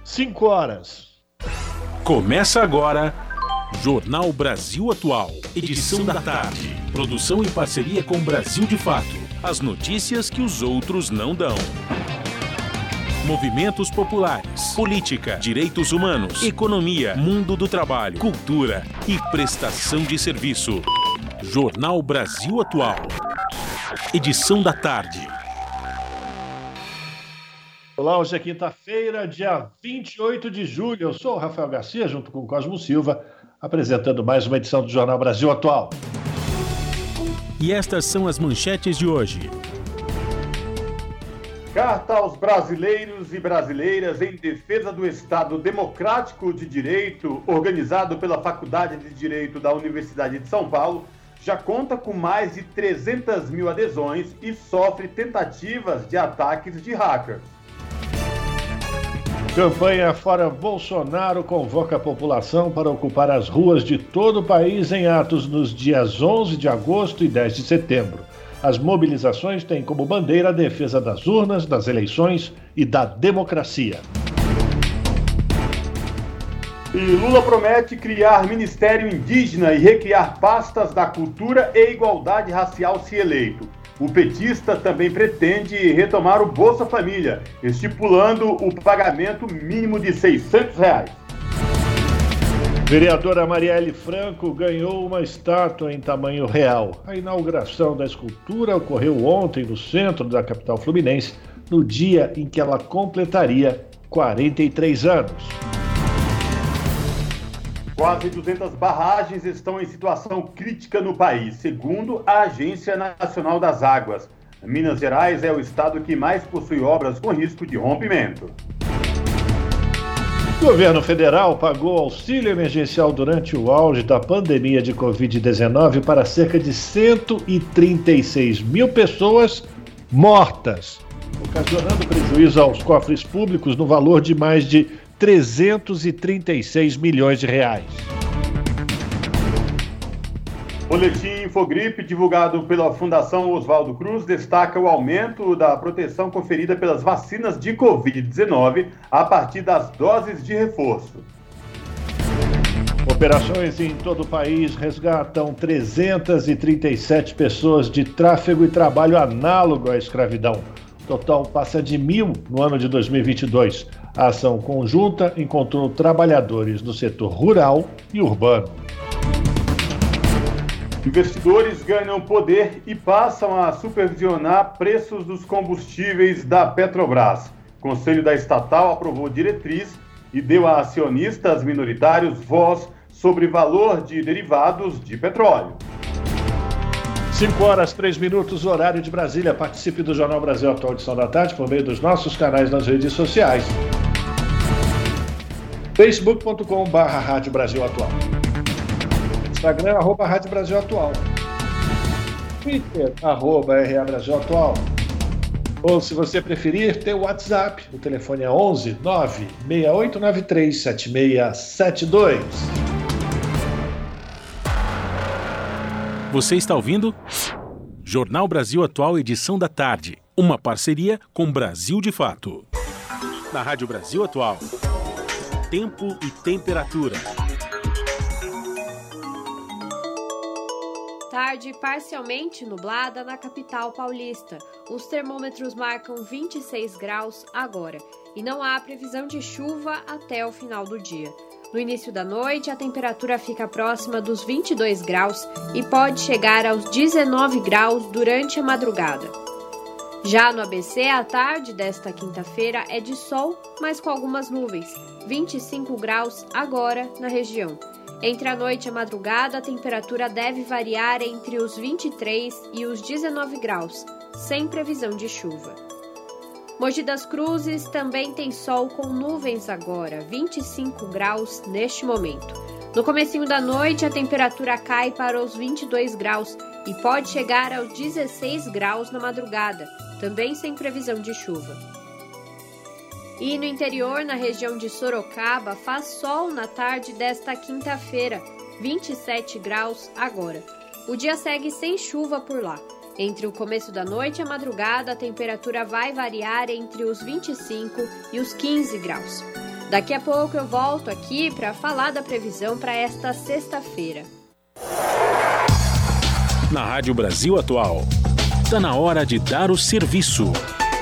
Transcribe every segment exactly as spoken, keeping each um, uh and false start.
cinco horas. Começa agora, Jornal Brasil Atual, edição da tarde. Produção em parceria com Brasil de Fato. As notícias que os outros não dão. Movimentos populares, política, direitos humanos, economia, mundo do trabalho, cultura e prestação de serviço. Jornal Brasil Atual, edição da tarde. Olá, hoje é quinta-feira, dia vinte e oito de julho. Eu sou o Rafael Garcia, junto com o Cosmo Silva, apresentando mais uma edição do Jornal Brasil Atual. E estas são as manchetes de hoje. Carta aos brasileiros e brasileiras em defesa do Estado Democrático de Direito, organizado pela Faculdade de Direito da Universidade de São Paulo, já conta com mais de trezentas mil adesões e sofre tentativas de ataques de hackers. Campanha Fora Bolsonaro convoca a população para ocupar as ruas de todo o país em atos nos dias onze de agosto e dez de setembro. As mobilizações têm como bandeira a defesa das urnas, das eleições e da democracia. E Lula promete criar Ministério Indígena e recriar pastas da cultura e igualdade racial se eleito. O petista também pretende retomar o Bolsa Família, estipulando o pagamento mínimo de seiscentos reais. Vereadora Marielle Franco ganhou uma estátua em tamanho real. A inauguração da escultura ocorreu ontem no centro da capital fluminense, no dia em que ela completaria quarenta e três anos. Quase duzentas barragens estão em situação crítica no país, segundo a Agência Nacional das Águas. Minas Gerais é o estado que mais possui obras com risco de rompimento. O governo federal pagou auxílio emergencial durante o auge da pandemia de covid dezenove para cerca de cento e trinta e seis mil pessoas mortas, ocasionando prejuízo aos cofres públicos no valor de mais de trezentos e trinta e seis milhões de reais. Boletim Infogripe, divulgado pela Fundação Oswaldo Cruz, destaca o aumento da proteção conferida pelas vacinas de covid dezenove a partir das doses de reforço. Operações em todo o país resgatam trezentas e trinta e sete pessoas de tráfego e trabalho análogo à escravidão. O total passa de mil no ano de dois mil e vinte e dois. A ação conjunta encontrou trabalhadores do setor rural e urbano. Investidores ganham poder e passam a supervisionar preços dos combustíveis da Petrobras. O Conselho da estatal aprovou diretriz e deu a acionistas minoritários voz sobre valor de derivados de petróleo. cinco horas, três minutos, horário de Brasília. Participe do Jornal Brasil Atual, edição da tarde, por meio dos nossos canais nas redes sociais. facebook ponto com barra Rádio Brasil Atual. Instagram, arroba Rádio Brasil Atual. Twitter, arroba R A Brasil Atual. Ou, se você preferir, tem o WhatsApp. O telefone é onze nove seis oito nove três sete seis sete dois. Você está ouvindo? Jornal Brasil Atual, edição da tarde. Uma parceria com Brasil de Fato. Na Rádio Brasil Atual. Tempo e temperatura. Tarde parcialmente nublada na capital paulista. Os termômetros marcam vinte e seis graus agora e não há previsão de chuva até o final do dia. No início da noite, a temperatura fica próxima dos vinte e dois graus e pode chegar aos dezenove graus durante a madrugada. Já no A B C, a tarde desta quinta-feira é de sol, mas com algumas nuvens, vinte e cinco graus agora na região. Entre a noite e a madrugada, a temperatura deve variar entre os vinte e três e os dezenove graus, sem previsão de chuva. Mogi das Cruzes também tem sol com nuvens agora, vinte e cinco graus neste momento. No comecinho da noite, a temperatura cai para os vinte e dois graus e pode chegar aos dezesseis graus na madrugada, também sem previsão de chuva. E no interior, na região de Sorocaba, faz sol na tarde desta quinta-feira, vinte e sete graus agora. O dia segue sem chuva por lá. Entre o começo da noite e a madrugada, a temperatura vai variar entre os vinte e cinco e os quinze graus. Daqui a pouco eu volto aqui para falar da previsão para esta sexta-feira. Na Rádio Brasil Atual, está na hora de dar o serviço.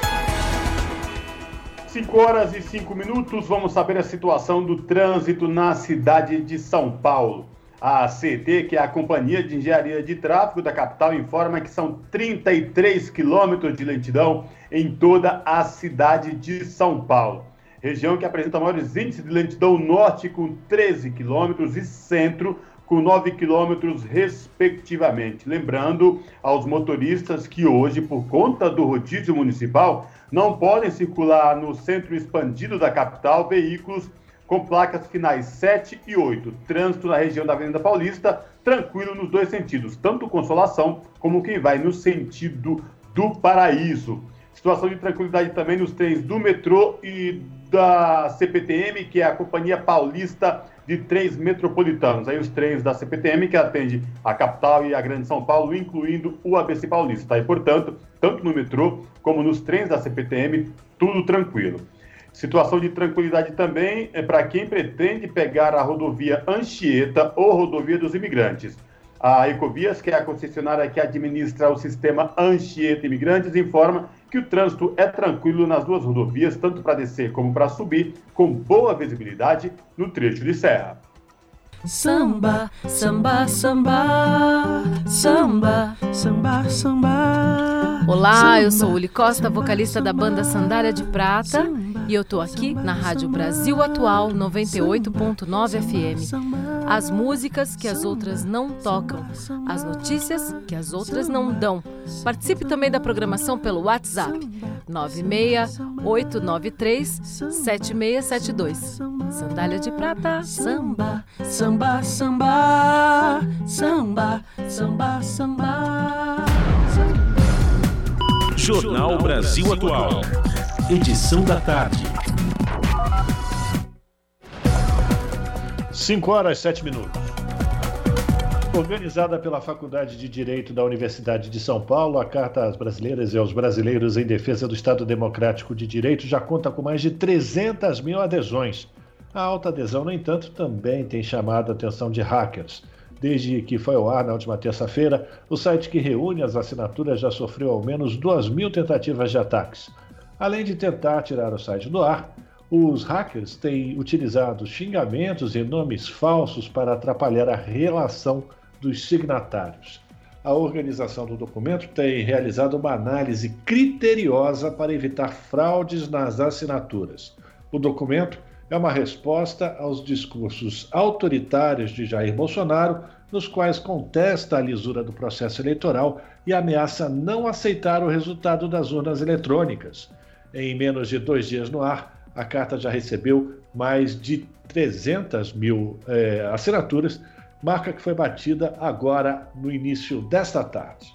cinco horas e cinco minutos, vamos saber a situação do trânsito na cidade de São Paulo. A C T, que é a Companhia de Engenharia de Tráfego da capital, informa que são trinta e três quilômetros de lentidão em toda a cidade de São Paulo. Região que apresenta maiores índices de lentidão: norte com treze quilômetros e centro com nove quilômetros, respectivamente. Lembrando aos motoristas que hoje, por conta do rodízio municipal, não podem circular no centro expandido da capital veículos com placas finais sete e oito. Trânsito na região da Avenida Paulista, tranquilo nos dois sentidos, tanto Consolação como quem vai no sentido do Paraíso. Situação de tranquilidade também nos trens do metrô e da C P T M, que é a Companhia Paulista de Trens Metropolitanos. Aí os trens da C P T M que atende a capital e a Grande São Paulo, incluindo o A B C Paulista. E, portanto, tanto no metrô como nos trens da C P T M, tudo tranquilo. Situação de tranquilidade também é para quem pretende pegar a rodovia Anchieta ou rodovia dos Imigrantes. A Ecovias, que é a concessionária que administra o sistema Anchieta Imigrantes, informa que o trânsito é tranquilo nas duas rodovias, tanto para descer como para subir, com boa visibilidade no trecho de serra. Samba, samba, samba, samba, samba, samba. Olá, eu sou Uli Costa, vocalista da banda Sandália de Prata, e eu tô aqui na Rádio Brasil Atual noventa e oito ponto nove F M. As músicas que as outras não tocam, as notícias que as outras não dão. Participe também da programação pelo WhatsApp nove seis oito nove três sete seis sete dois. Sandália de Prata, Samba, samba, samba, samba, samba, samba. Jornal Brasil Atual. Edição da tarde. cinco horas e sete minutos. Organizada pela Faculdade de Direito da Universidade de São Paulo, a Carta às Brasileiras e aos Brasileiros em Defesa do Estado Democrático de Direito já conta com mais de trezentas mil adesões. A alta adesão, no entanto, também tem chamado a atenção de hackers. Desde que foi ao ar na última terça-feira, o site que reúne as assinaturas já sofreu ao menos duas mil tentativas de ataques. Além de tentar tirar o site do ar, os hackers têm utilizado xingamentos e nomes falsos para atrapalhar a relação dos signatários. A organização do documento tem realizado uma análise criteriosa para evitar fraudes nas assinaturas. O documento é uma resposta aos discursos autoritários de Jair Bolsonaro, nos quais contesta a lisura do processo eleitoral e ameaça não aceitar o resultado das urnas eletrônicas. Em menos de dois dias no ar, a carta já recebeu mais de trezentas mil eh, assinaturas, marca que foi batida agora no início desta tarde.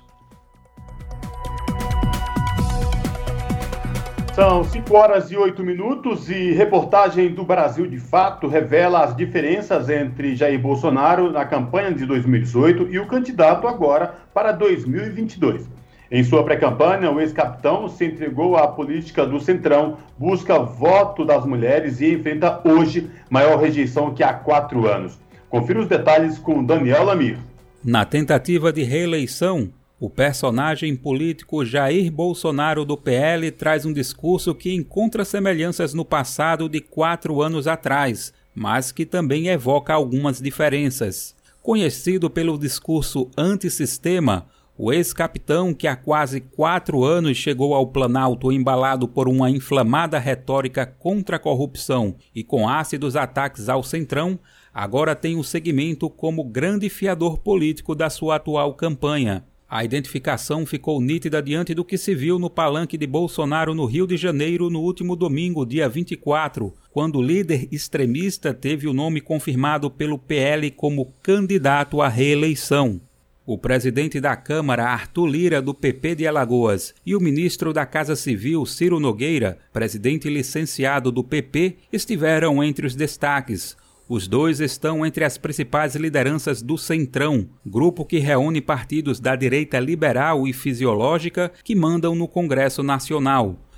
São cinco horas e oito minutos e reportagem do Brasil de Fato revela as diferenças entre Jair Bolsonaro na campanha de dois mil e dezoito e o candidato agora para dois mil e vinte e dois. Em sua pré-campanha, o ex-capitão se entregou à política do Centrão, busca voto das mulheres e enfrenta hoje maior rejeição que há quatro anos. Confira os detalhes com Daniel Lamir. Na tentativa de reeleição, o personagem político Jair Bolsonaro do P L traz um discurso que encontra semelhanças no passado de quatro anos atrás, mas que também evoca algumas diferenças. Conhecido pelo discurso antissistema, o ex-capitão, que há quase quatro anos chegou ao Planalto embalado por uma inflamada retórica contra a corrupção e com ácidos ataques ao Centrão, agora tem o segmento como grande fiador político da sua atual campanha. A identificação ficou nítida diante do que se viu no palanque de Bolsonaro no Rio de Janeiro no último domingo, dia vinte e quatro, quando o líder extremista teve o nome confirmado pelo P L como candidato à reeleição. O presidente da Câmara, Arthur Lira, do P P de Alagoas, e o ministro da Casa Civil, Ciro Nogueira, presidente licenciado do P P, estiveram entre os destaques. Os dois estão entre as principais lideranças do Centrão, grupo que reúne partidos da direita liberal e fisiológica que mandam no Congresso Nacional.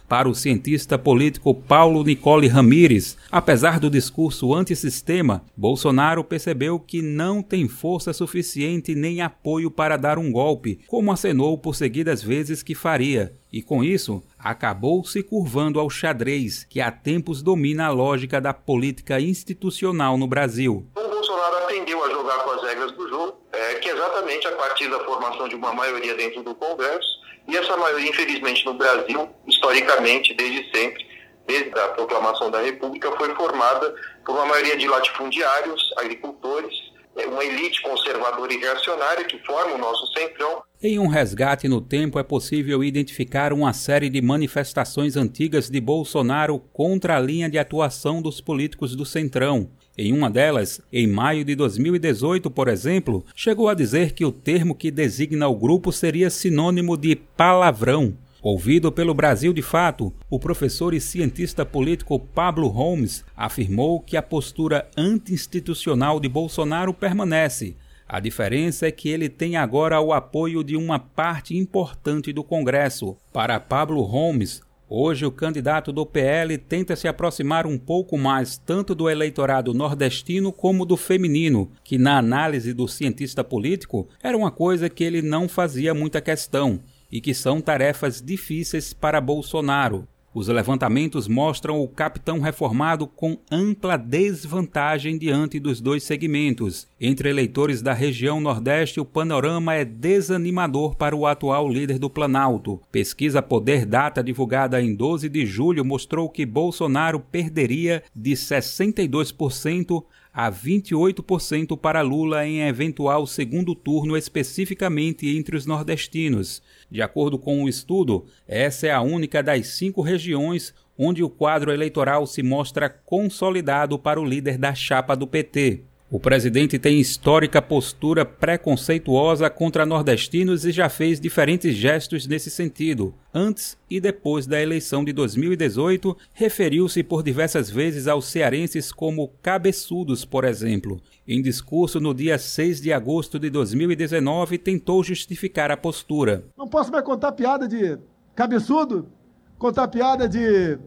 Para o cientista político Paulo Nicole Ramírez, apesar do discurso antissistema, Bolsonaro percebeu que não tem força suficiente nem apoio para dar um golpe, como acenou por seguidas vezes que faria, e com isso acabou se curvando ao xadrez, que há tempos domina a lógica da política institucional no Brasil. O Bolsonaro aprendeu a jogar com as regras do jogo, é, que é exatamente a partir da formação de uma maioria dentro do Congresso, e essa maioria, infelizmente, no Brasil, historicamente, desde sempre, desde a proclamação da República, foi formada por uma maioria de latifundiários, agricultores, uma elite conservadora e reacionária que forma o nosso centrão. Em um resgate no tempo é possível identificar uma série de manifestações antigas de Bolsonaro contra a linha de atuação dos políticos do centrão. Em uma delas, em maio de dois mil e dezoito, por exemplo, chegou a dizer que o termo que designa o grupo seria sinônimo de palavrão. Ouvido pelo Brasil de Fato, o professor e cientista político Pablo Holmes afirmou que a postura anti-institucional de Bolsonaro permanece. A diferença é que ele tem agora o apoio de uma parte importante do Congresso. Para Pablo Holmes, hoje o candidato do P L tenta se aproximar um pouco mais tanto do eleitorado nordestino como do feminino, que na análise do cientista político era uma coisa que ele não fazia muita questão, e que são tarefas difíceis para Bolsonaro. Os levantamentos mostram o capitão reformado com ampla desvantagem diante dos dois segmentos. Entre eleitores da região Nordeste, o panorama é desanimador para o atual líder do Planalto. Pesquisa Poder Data divulgada em doze de julho mostrou que Bolsonaro perderia de sessenta e dois por cento a vinte e oito por cento para Lula em eventual segundo turno, especificamente entre os nordestinos. De acordo com o estudo, essa é a única das cinco regiões onde o quadro eleitoral se mostra consolidado para o líder da chapa do P T. O presidente tem histórica postura preconceituosa contra nordestinos e já fez diferentes gestos nesse sentido. Antes e depois da eleição de dois mil e dezoito, referiu-se por diversas vezes aos cearenses como cabeçudos, por exemplo. Em discurso no dia seis de agosto de dois mil e dezenove, tentou justificar a postura. Não posso mais contar piada de cabeçudo, contar piada de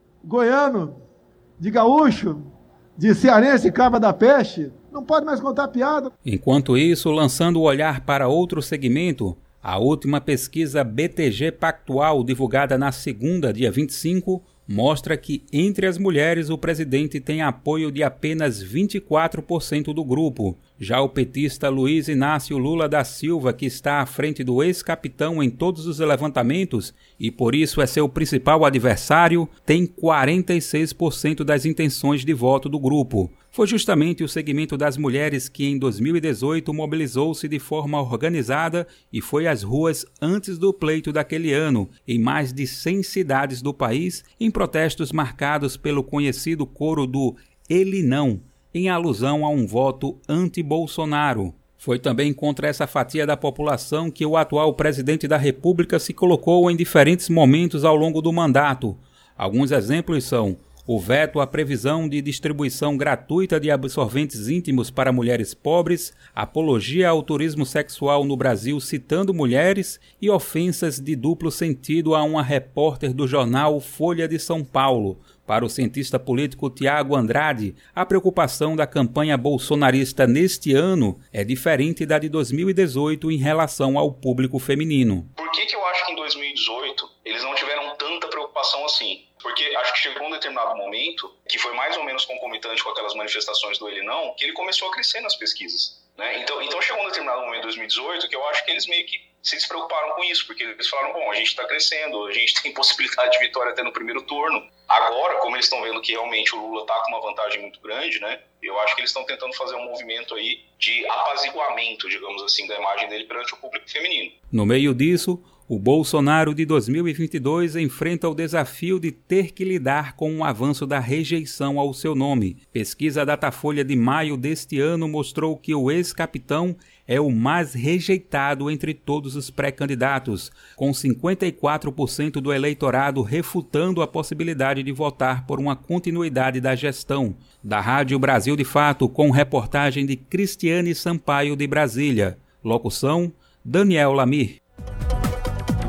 goiano, de gaúcho, de cearense, cava da peste. Não pode mais contar piada. Enquanto isso, lançando o olhar para outro segmento, a última pesquisa B T G Pactual, divulgada na segunda, dia vinte e cinco, mostra que entre as mulheres o presidente tem apoio de apenas vinte e quatro por cento do grupo. Já o petista Luiz Inácio Lula da Silva, que está à frente do ex-capitão em todos os levantamentos e por isso é seu principal adversário, tem quarenta e seis por cento das intenções de voto do grupo. Foi justamente o segmento das mulheres que em dois mil e dezoito mobilizou-se de forma organizada e foi às ruas antes do pleito daquele ano, em mais de cem cidades do país, em protestos marcados pelo conhecido coro do "Ele não", em alusão a um voto anti-Bolsonaro. Foi também contra essa fatia da população que o atual presidente da República se colocou em diferentes momentos ao longo do mandato. Alguns exemplos são o veto à previsão de distribuição gratuita de absorventes íntimos para mulheres pobres, apologia ao turismo sexual no Brasil citando mulheres e ofensas de duplo sentido a uma repórter do jornal Folha de São Paulo. Para o cientista político Tiago Andrade, a preocupação da campanha bolsonarista neste ano é diferente da de dois mil e dezoito em relação ao público feminino. Por que que eu acho que em dois mil e dezoito eles não tiveram tanta preocupação assim? Porque acho que chegou um determinado momento, que foi mais ou menos concomitante com aquelas manifestações do Ele Não, que ele começou a crescer nas pesquisas. Né? Então, então chegou um determinado momento em dois mil e dezoito que eu acho que eles meio que se despreocuparam com isso, porque eles falaram, bom, a gente está crescendo, a gente tem possibilidade de vitória até no primeiro turno. Agora, como eles estão vendo que realmente o Lula está com uma vantagem muito grande, né? Eu acho que eles estão tentando fazer um movimento aí de apaziguamento, digamos assim, da imagem dele perante o público feminino. No meio disso, o Bolsonaro de dois mil e vinte e dois enfrenta o desafio de ter que lidar com o avanço da rejeição ao seu nome. Pesquisa Datafolha de maio deste ano mostrou que o ex-capitão é o mais rejeitado entre todos os pré-candidatos, com cinquenta e quatro por cento do eleitorado refutando a possibilidade de votar por uma continuidade da gestão. Da Rádio Brasil de Fato, com reportagem de Cristiane Sampaio de Brasília. Locução, Daniel Lamir.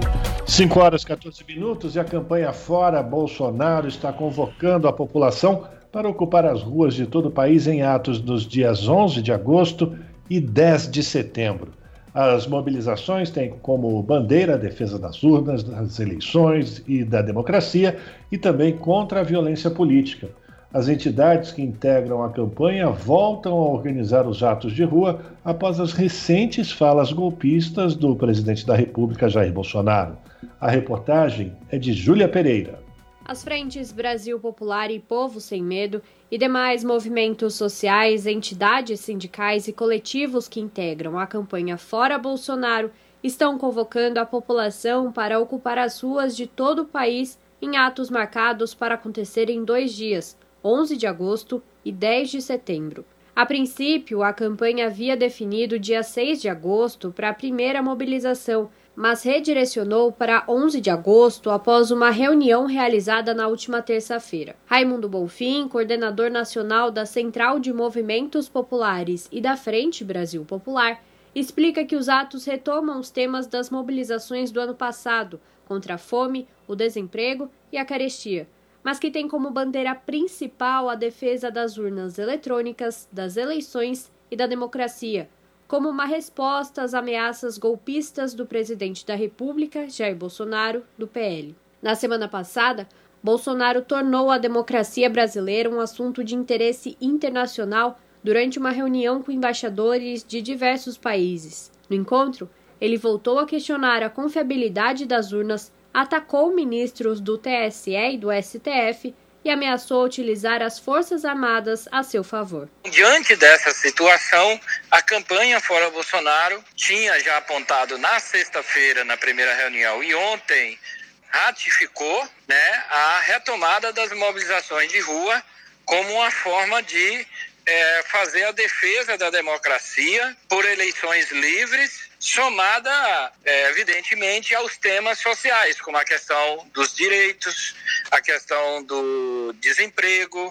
cinco horas e quatorze minutos e a campanha Fora Bolsonaro está convocando a população para ocupar as ruas de todo o país em atos nos dias onze de agosto e dez de setembro. As mobilizações têm como bandeira a defesa das urnas, das eleições e da democracia e também contra a violência política. As entidades que integram a campanha voltam a organizar os atos de rua após as recentes falas golpistas do presidente da República, Jair Bolsonaro. A reportagem é de Júlia Pereira. As frentes Brasil Popular e Povo Sem Medo e demais movimentos sociais, entidades sindicais e coletivos que integram a campanha Fora Bolsonaro estão convocando a população para ocupar as ruas de todo o país em atos marcados para acontecer em dois dias, onze de agosto e dez de setembro. A princípio, a campanha havia definido dia seis de agosto para a primeira mobilização, mas redirecionou para onze de agosto após uma reunião realizada na última terça-feira. Raimundo Bonfim, coordenador nacional da Central de Movimentos Populares e da Frente Brasil Popular, explica que os atos retomam os temas das mobilizações do ano passado contra a fome, o desemprego e a carestia, mas que tem como bandeira principal a defesa das urnas eletrônicas, das eleições e da democracia, como uma resposta às ameaças golpistas do presidente da República, Jair Bolsonaro, do P L. Na semana passada, Bolsonaro tornou a democracia brasileira um assunto de interesse internacional durante uma reunião com embaixadores de diversos países. No encontro, ele voltou a questionar a confiabilidade das urnas, atacou ministros do T S E e do S T F e ameaçou utilizar as Forças Armadas a seu favor. Diante dessa situação, a campanha Fora Bolsonaro tinha já apontado na sexta-feira, na primeira reunião, e ontem ratificou, né, a retomada das mobilizações de rua como uma forma de é, fazer a defesa da democracia por eleições livres, somada, é, evidentemente, aos temas sociais, como a questão dos direitos, a questão do desemprego,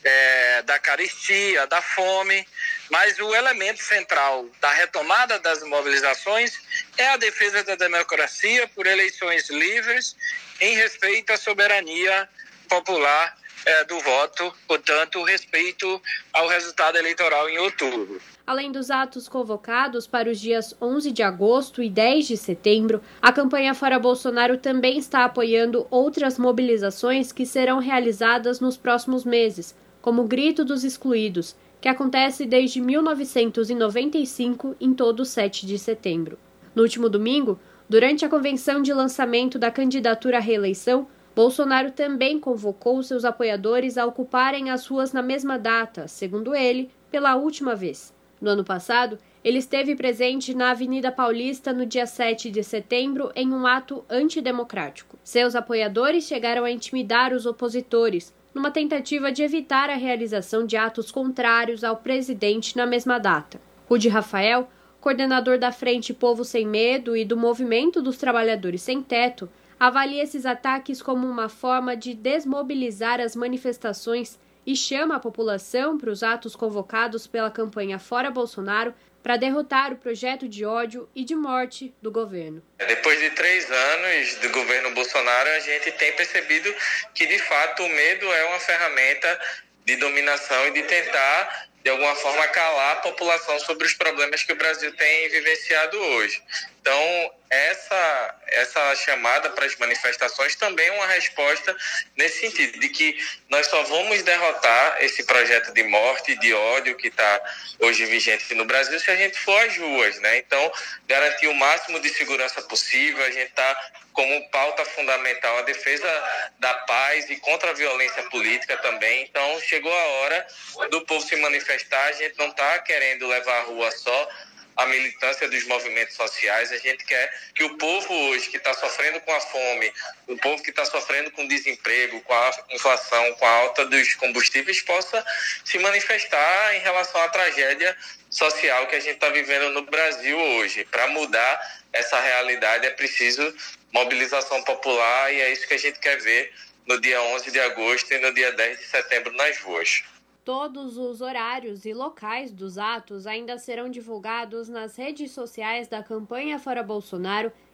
é, da carestia, da fome, mas o elemento central da retomada das mobilizações é a defesa da democracia por eleições livres em respeito à soberania popular é, do voto, portanto, respeito ao resultado eleitoral em outubro. Além dos atos convocados para os dias onze de agosto e dez de setembro, a campanha Fora Bolsonaro também está apoiando outras mobilizações que serão realizadas nos próximos meses, como o Grito dos Excluídos, que acontece desde mil novecentos e noventa e cinco em todo o sete de setembro. No último domingo, durante a convenção de lançamento da candidatura à reeleição, Bolsonaro também convocou seus apoiadores a ocuparem as ruas na mesma data, segundo ele, pela última vez. No ano passado, ele esteve presente na Avenida Paulista no dia sete de setembro em um ato antidemocrático. Seus apoiadores chegaram a intimidar os opositores, numa tentativa de evitar a realização de atos contrários ao presidente na mesma data. Rudy Rafael, coordenador da Frente Povo Sem Medo e do Movimento dos Trabalhadores Sem Teto, avalia esses ataques como uma forma de desmobilizar as manifestações e chama a população para os atos convocados pela campanha Fora Bolsonaro para derrotar o projeto de ódio e de morte do governo. Depois de três anos do governo Bolsonaro, a gente tem percebido que, de fato, o medo é uma ferramenta de dominação e de tentar, de alguma forma, calar a população sobre os problemas que o Brasil tem vivenciado hoje. Então, essa, essa chamada para as manifestações também é uma resposta nesse sentido, de que nós só vamos derrotar esse projeto de morte e de ódio que está hoje vigente no Brasil se a gente for às ruas, né? Então, garantir o máximo de segurança possível, a gente está como pauta fundamental a defesa da paz e contra a violência política também. Então, chegou a hora do povo se manifestar, a gente não está querendo levar à rua só a militância dos movimentos sociais, a gente quer que o povo hoje que está sofrendo com a fome, o povo que está sofrendo com o desemprego, com a inflação, com a alta dos combustíveis, possa se manifestar em relação à tragédia social que a gente está vivendo no Brasil hoje. Para mudar essa realidade é preciso mobilização popular e é isso que a gente quer ver no dia onze de agosto e no dia dez de setembro nas ruas. Todos os horários e locais dos atos ainda serão divulgados nas redes sociais da campanha Fora Bolsonaro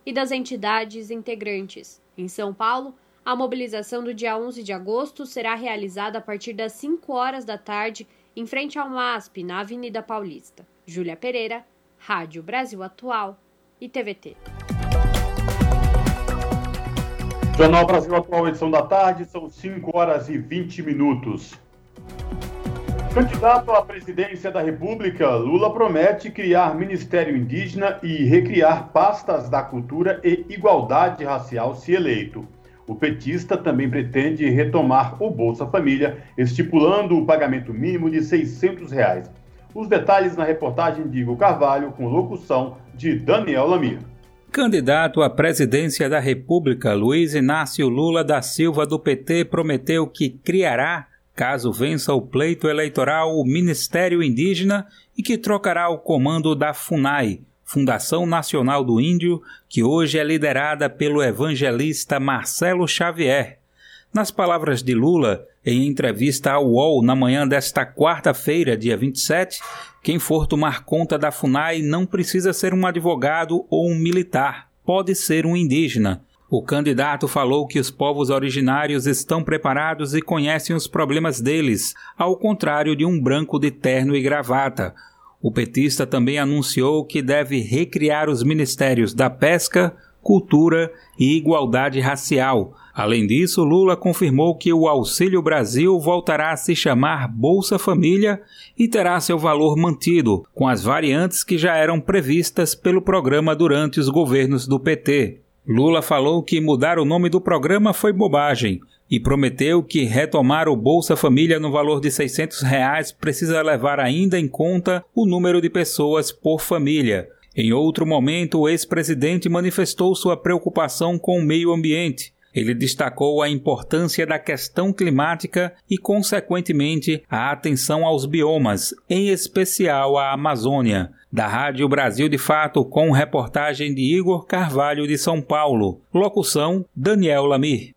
e das entidades integrantes. Em São Paulo, a mobilização do dia onze de agosto será realizada a partir das cinco horas da tarde, em frente ao M A S P, na Avenida Paulista. Júlia Pereira, Rádio Brasil Atual e T V T. Jornal Brasil Atual, edição da tarde, são cinco horas e vinte minutos. Candidato à presidência da República, Lula promete criar Ministério Indígena e recriar pastas da cultura e igualdade racial se eleito. O petista também pretende retomar o Bolsa Família, estipulando o pagamento mínimo de seiscentos reais. Os detalhes na reportagem de Igor Carvalho, com locução de Daniel Lamir. Candidato à presidência da República, Luiz Inácio Lula da Silva, do P T, prometeu que criará, caso vença o pleito eleitoral, o Ministério Indígena e que trocará o comando da FUNAI, Fundação Nacional do Índio, que hoje é liderada pelo evangelista Marcelo Xavier. Nas palavras de Lula, em entrevista ao U O L na manhã desta quarta-feira, dia vinte e sete, quem for tomar conta da FUNAI não precisa ser um advogado ou um militar, pode ser um indígena. O candidato falou que os povos originários estão preparados e conhecem os problemas deles, ao contrário de um branco de terno e gravata. O petista também anunciou que deve recriar os ministérios da Pesca, Cultura e Igualdade Racial. Além disso, Lula confirmou que o Auxílio Brasil voltará a se chamar Bolsa Família e terá seu valor mantido, com as variantes que já eram previstas pelo programa durante os governos do P T. Lula falou que mudar o nome do programa foi bobagem e prometeu que retomar o Bolsa Família no valor de seiscentos reais precisa levar ainda em conta o número de pessoas por família. Em outro momento, o ex-presidente manifestou sua preocupação com o meio ambiente. Ele destacou a importância da questão climática e, consequentemente, a atenção aos biomas, em especial a Amazônia. Da Rádio Brasil de Fato, com reportagem de Igor Carvalho de São Paulo. Locução, Daniel Lamir.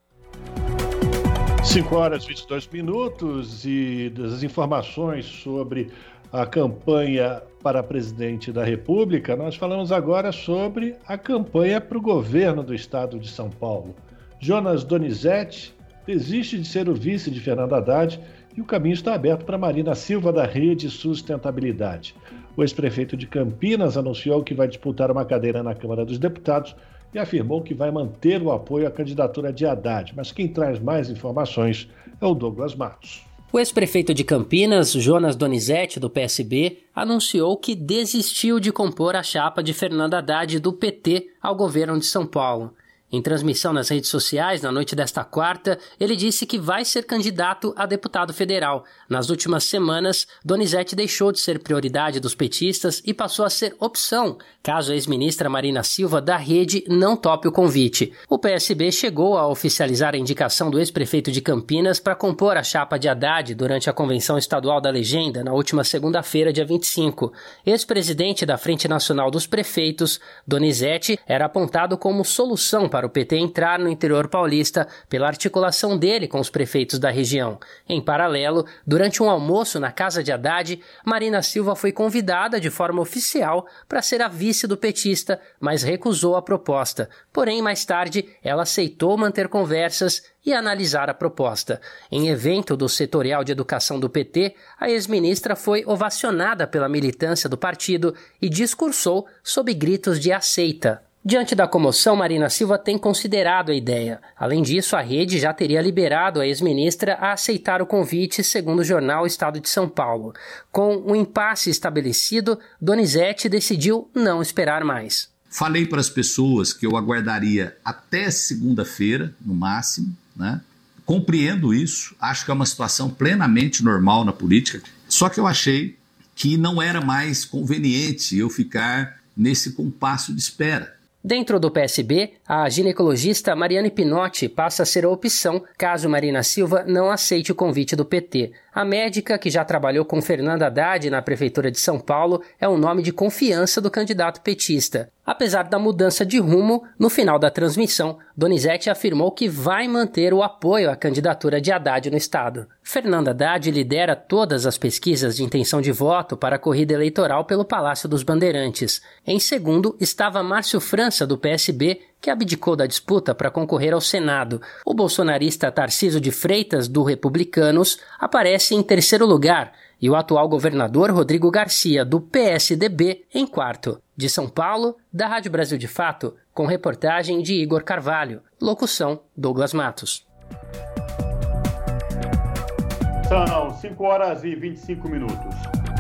cinco horas e vinte e dois minutos e das informações sobre a campanha para presidente da República, nós falamos agora sobre a campanha para o governo do estado de São Paulo. Jonas Donizete desiste de ser o vice de Fernando Haddad e o caminho está aberto para Marina Silva da Rede Sustentabilidade. O ex-prefeito de Campinas anunciou que vai disputar uma cadeira na Câmara dos Deputados e afirmou que vai manter o apoio à candidatura de Haddad. Mas quem traz mais informações é o Douglas Matos. O ex-prefeito de Campinas, Jonas Donizete, do P S B, anunciou que desistiu de compor a chapa de Fernando Haddad do P T ao governo de São Paulo. Em transmissão nas redes sociais, na noite desta quarta, ele disse que vai ser candidato a deputado federal. Nas últimas semanas, Donizete deixou de ser prioridade dos petistas e passou a ser opção, caso a ex-ministra Marina Silva da Rede não tope o convite. O P S B chegou a oficializar a indicação do ex-prefeito de Campinas para compor a chapa de Haddad durante a Convenção Estadual da Legenda, na última segunda-feira, dia vinte e cinco. Ex-presidente da Frente Nacional dos Prefeitos, Donizete era apontado como solução para para o P T entrar no interior paulista pela articulação dele com os prefeitos da região. Em paralelo, durante um almoço na casa de Haddad, Marina Silva foi convidada de forma oficial para ser a vice do petista, mas recusou a proposta. Porém, mais tarde, ela aceitou manter conversas e analisar a proposta. Em evento do setorial de educação do P T, a ex-ministra foi ovacionada pela militância do partido e discursou sob gritos de aceita. Diante da comoção, Marina Silva tem considerado a ideia. Além disso, a rede já teria liberado a ex-ministra a aceitar o convite, segundo o jornal Estado de São Paulo. Com o impasse estabelecido, Donizete decidiu não esperar mais. Falei para as pessoas que eu aguardaria até segunda-feira, no máximo, né? Compreendo isso, acho que é uma situação plenamente normal na política, só que eu achei que não era mais conveniente eu ficar nesse compasso de espera. Dentro do P S B, a ginecologista Mariane Pinotti passa a ser a opção caso Marina Silva não aceite o convite do P T. A médica, que já trabalhou com Fernando Haddad na Prefeitura de São Paulo, é um nome de confiança do candidato petista. Apesar da mudança de rumo, no final da transmissão, Donizete afirmou que vai manter o apoio à candidatura de Haddad no estado. Fernando Haddad lidera todas as pesquisas de intenção de voto para a corrida eleitoral pelo Palácio dos Bandeirantes. Em segundo estava Márcio França, do P S B, que abdicou da disputa para concorrer ao Senado. O bolsonarista Tarcísio de Freitas, do Republicanos, aparece em terceiro lugar, e o atual governador Rodrigo Garcia, do P S D B, em quarto. De São Paulo, da Rádio Brasil de Fato, com reportagem de Igor Carvalho. Locução, Douglas Matos. São cinco horas e vinte e cinco minutos.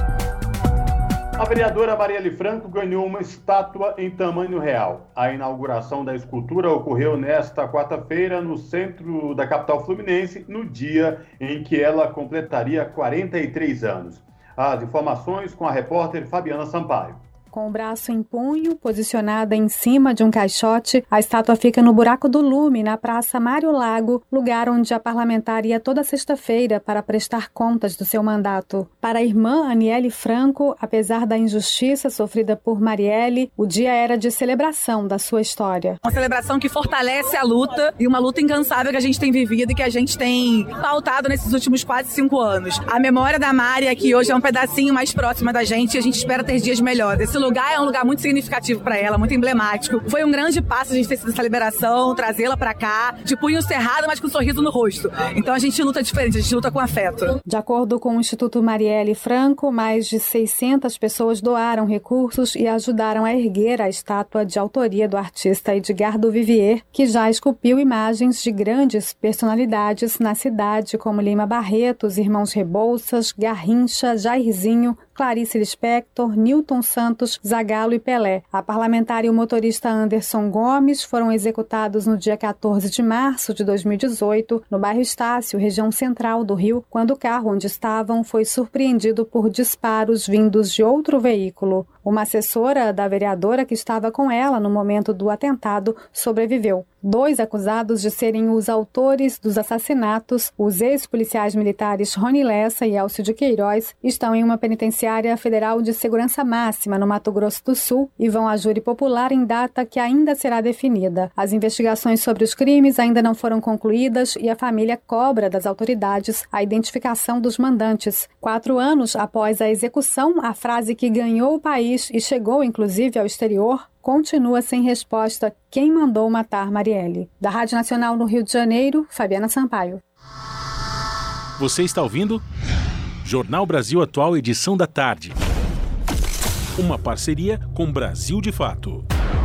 A vereadora Marielle Franco ganhou uma estátua em tamanho real. A inauguração da escultura ocorreu nesta quarta-feira no centro da capital fluminense, no dia em que ela completaria quarenta e três anos. As informações com a repórter Fabiana Sampaio. Com o braço em punho, posicionada em cima de um caixote, a estátua fica no Buraco do Lume, na Praça Mário Lago, lugar onde a parlamentar ia toda sexta-feira para prestar contas do seu mandato. Para a irmã Aniele Franco, apesar da injustiça sofrida por Marielle, o dia era de celebração da sua história. Uma celebração que fortalece a luta e uma luta incansável que a gente tem vivido e que a gente tem pautado nesses últimos quase cinco anos. A memória da Mari aqui hoje é um pedacinho mais próxima da gente e a gente espera ter dias melhores. Esse lugar é um lugar muito significativo para ela, muito emblemático. Foi um grande passo a gente ter sido essa liberação, trazê-la para cá, de punho cerrado, mas com um sorriso no rosto. Então a gente luta diferente, a gente luta com afeto. De acordo com o Instituto Marielle Franco, mais de seiscentas pessoas doaram recursos e ajudaram a erguer a estátua de autoria do artista Edgardo Vivier, que já esculpiu imagens de grandes personalidades na cidade, como Lima Barreto, os irmãos Rebouças, Garrincha, Jairzinho, Clarice Lispector, Newton Santos, Zagallo e Pelé. A parlamentar e o motorista Anderson Gomes foram executados no dia quatorze de março de dois mil e dezoito, no bairro Estácio, região central do Rio, quando o carro onde estavam foi surpreendido por disparos vindos de outro veículo. Uma assessora da vereadora que estava com ela no momento do atentado sobreviveu. Dois acusados de serem os autores dos assassinatos, os ex-policiais militares Rony Lessa e Elcio de Queiroz, estão em uma penitenciária federal de segurança máxima no Mato Grosso do Sul e vão à júri popular em data que ainda será definida. As investigações sobre os crimes ainda não foram concluídas e a família cobra das autoridades a identificação dos mandantes. Quatro anos após a execução, a frase que ganhou o país e chegou inclusive ao exterior continua sem resposta: quem mandou matar Marielle? Da Rádio Nacional no Rio de Janeiro, Fabiana Sampaio. Você está ouvindo Jornal Brasil Atual, edição da tarde. Uma parceria com Brasil de Fato.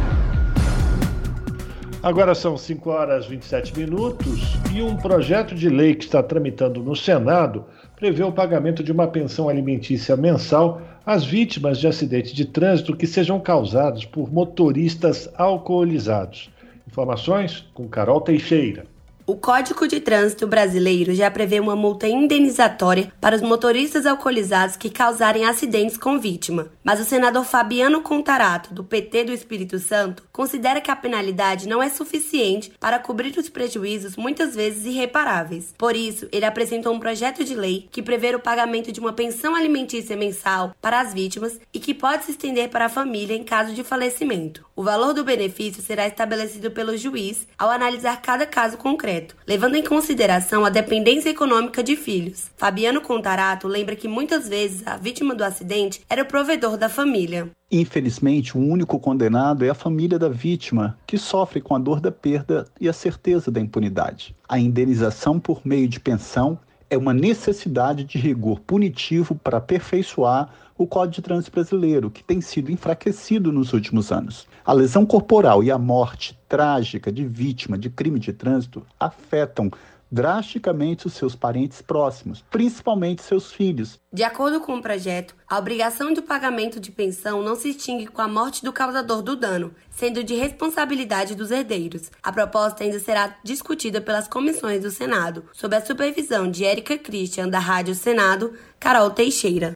Agora são cinco horas e vinte e sete minutos e um projeto de lei que está tramitando no Senado prevê o pagamento de uma pensão alimentícia mensal às vítimas de acidentes de trânsito que sejam causados por motoristas alcoolizados. Informações com Carol Teixeira. O Código de Trânsito brasileiro já prevê uma multa indenizatória para os motoristas alcoolizados que causarem acidentes com vítima. Mas o senador Fabiano Contarato, do P T do Espírito Santo, considera que a penalidade não é suficiente para cobrir os prejuízos muitas vezes irreparáveis. Por isso, ele apresentou um projeto de lei que prevê o pagamento de uma pensão alimentícia mensal para as vítimas e que pode se estender para a família em caso de falecimento. O valor do benefício será estabelecido pelo juiz ao analisar cada caso concreto, levando em consideração a dependência econômica de filhos. Fabiano Contarato lembra que muitas vezes a vítima do acidente era o provedor da família. Infelizmente, o único condenado é a família da vítima, que sofre com a dor da perda e a certeza da impunidade. A indenização por meio de pensão é uma necessidade de rigor punitivo para aperfeiçoar o Código de Trânsito brasileiro, que tem sido enfraquecido nos últimos anos. A lesão corporal e a morte trágica de vítima de crime de trânsito afetam drasticamente os seus parentes próximos, principalmente seus filhos. De acordo com o projeto, a obrigação do pagamento de pensão não se extingue com a morte do causador do dano, sendo de responsabilidade dos herdeiros. A proposta ainda será discutida pelas comissões do Senado, sob a supervisão de Érica Christian, da Rádio Senado, Carol Teixeira.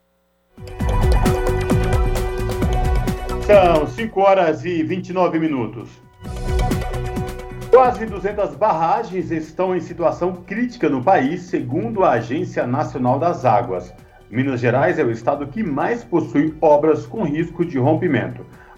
São cinco horas e vinte e nove minutos. Quase duzentas barragens estão em situação crítica no país, segundo a Agência Nacional das Águas. Minas Gerais é o estado que mais possui obras com risco de rompimento.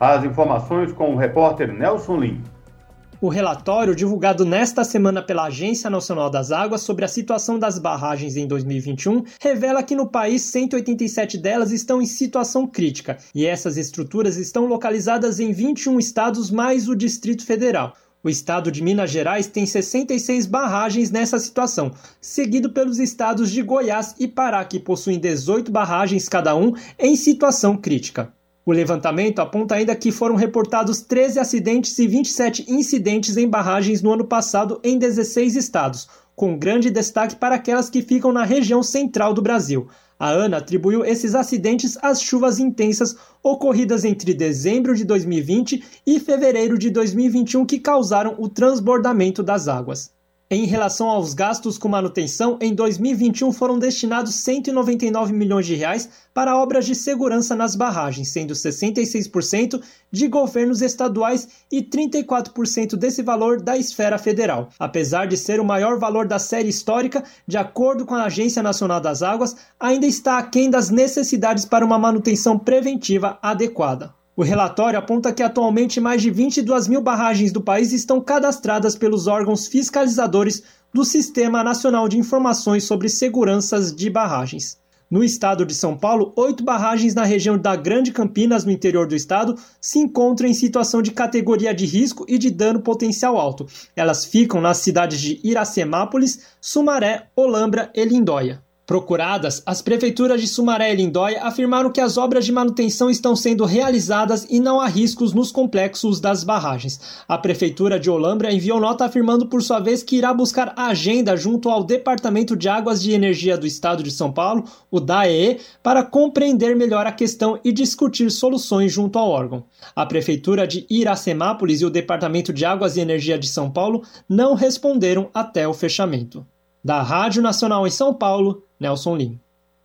As informações com o repórter Nelson Lim. O relatório, divulgado nesta semana pela Agência Nacional das Águas sobre a situação das barragens em dois mil e vinte e um, revela que no país cento e oitenta e sete delas estão em situação crítica, e essas estruturas estão localizadas em vinte e um estados mais o Distrito Federal. O estado de Minas Gerais tem sessenta e seis barragens nessa situação, seguido pelos estados de Goiás e Pará, que possuem dezoito barragens cada um em situação crítica. O levantamento aponta ainda que foram reportados treze acidentes e vinte e sete incidentes em barragens no ano passado em dezesseis estados, com grande destaque para aquelas que ficam na região central do Brasil. A ANA atribuiu esses acidentes às chuvas intensas ocorridas entre dezembro de dois mil e vinte e fevereiro de dois mil e vinte e um que causaram o transbordamento das águas. Em relação aos gastos com manutenção, em dois mil e vinte e um foram destinados cento e noventa e nove milhões de reais para obras de segurança nas barragens, sendo sessenta e seis por cento de governos estaduais e trinta e quatro por cento desse valor da esfera federal. Apesar de ser o maior valor da série histórica, de acordo com a Agência Nacional das Águas, ainda está aquém das necessidades para uma manutenção preventiva adequada. O relatório aponta que atualmente mais de vinte e duas mil barragens do país estão cadastradas pelos órgãos fiscalizadores do Sistema Nacional de Informações sobre Seguranças de Barragens. No estado de São Paulo, oito barragens na região da Grande Campinas, no interior do estado, se encontram em situação de categoria de risco e de dano potencial alto. Elas ficam nas cidades de Iracemápolis, Sumaré, Olambra e Lindóia. Procuradas, as prefeituras de Sumaré e Lindóia afirmaram que as obras de manutenção estão sendo realizadas e não há riscos nos complexos das barragens. A prefeitura de Olambra enviou nota afirmando por sua vez que irá buscar a agenda junto ao Departamento de Águas de Energia do Estado de São Paulo, o D A E E, para compreender melhor a questão e discutir soluções junto ao órgão. A prefeitura de Iracemápolis e o Departamento de Águas e Energia de São Paulo não responderam até o fechamento. Da Rádio Nacional em São Paulo, Nelson Lim.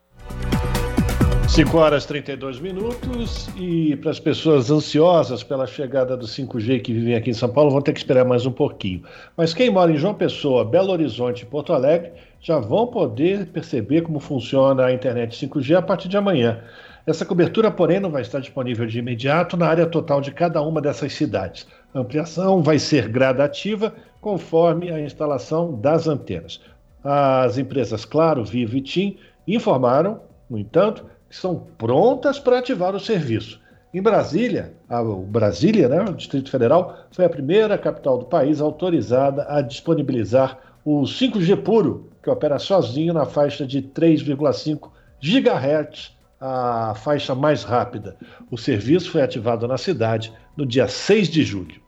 cinco horas e trinta e dois minutos, e para as pessoas ansiosas pela chegada do cinco G que vivem aqui em São Paulo vão ter que esperar mais um pouquinho. Mas quem mora em João Pessoa, Belo Horizonte e Porto Alegre já vão poder perceber como funciona a internet cinco G a partir de amanhã. Essa cobertura, porém, não vai estar disponível de imediato na área total de cada uma dessas cidades. A ampliação vai ser gradativa conforme a instalação das antenas. As empresas Claro, Vivo e TIM informaram, no entanto, que estão prontas para ativar o serviço. Em Brasília, a, o Brasília, né, o Distrito Federal, foi a primeira capital do país autorizada a disponibilizar o cinco G puro, que opera sozinho na faixa de três vírgula cinco gigahertz, a faixa mais rápida. O serviço foi ativado na cidade no dia seis de julho.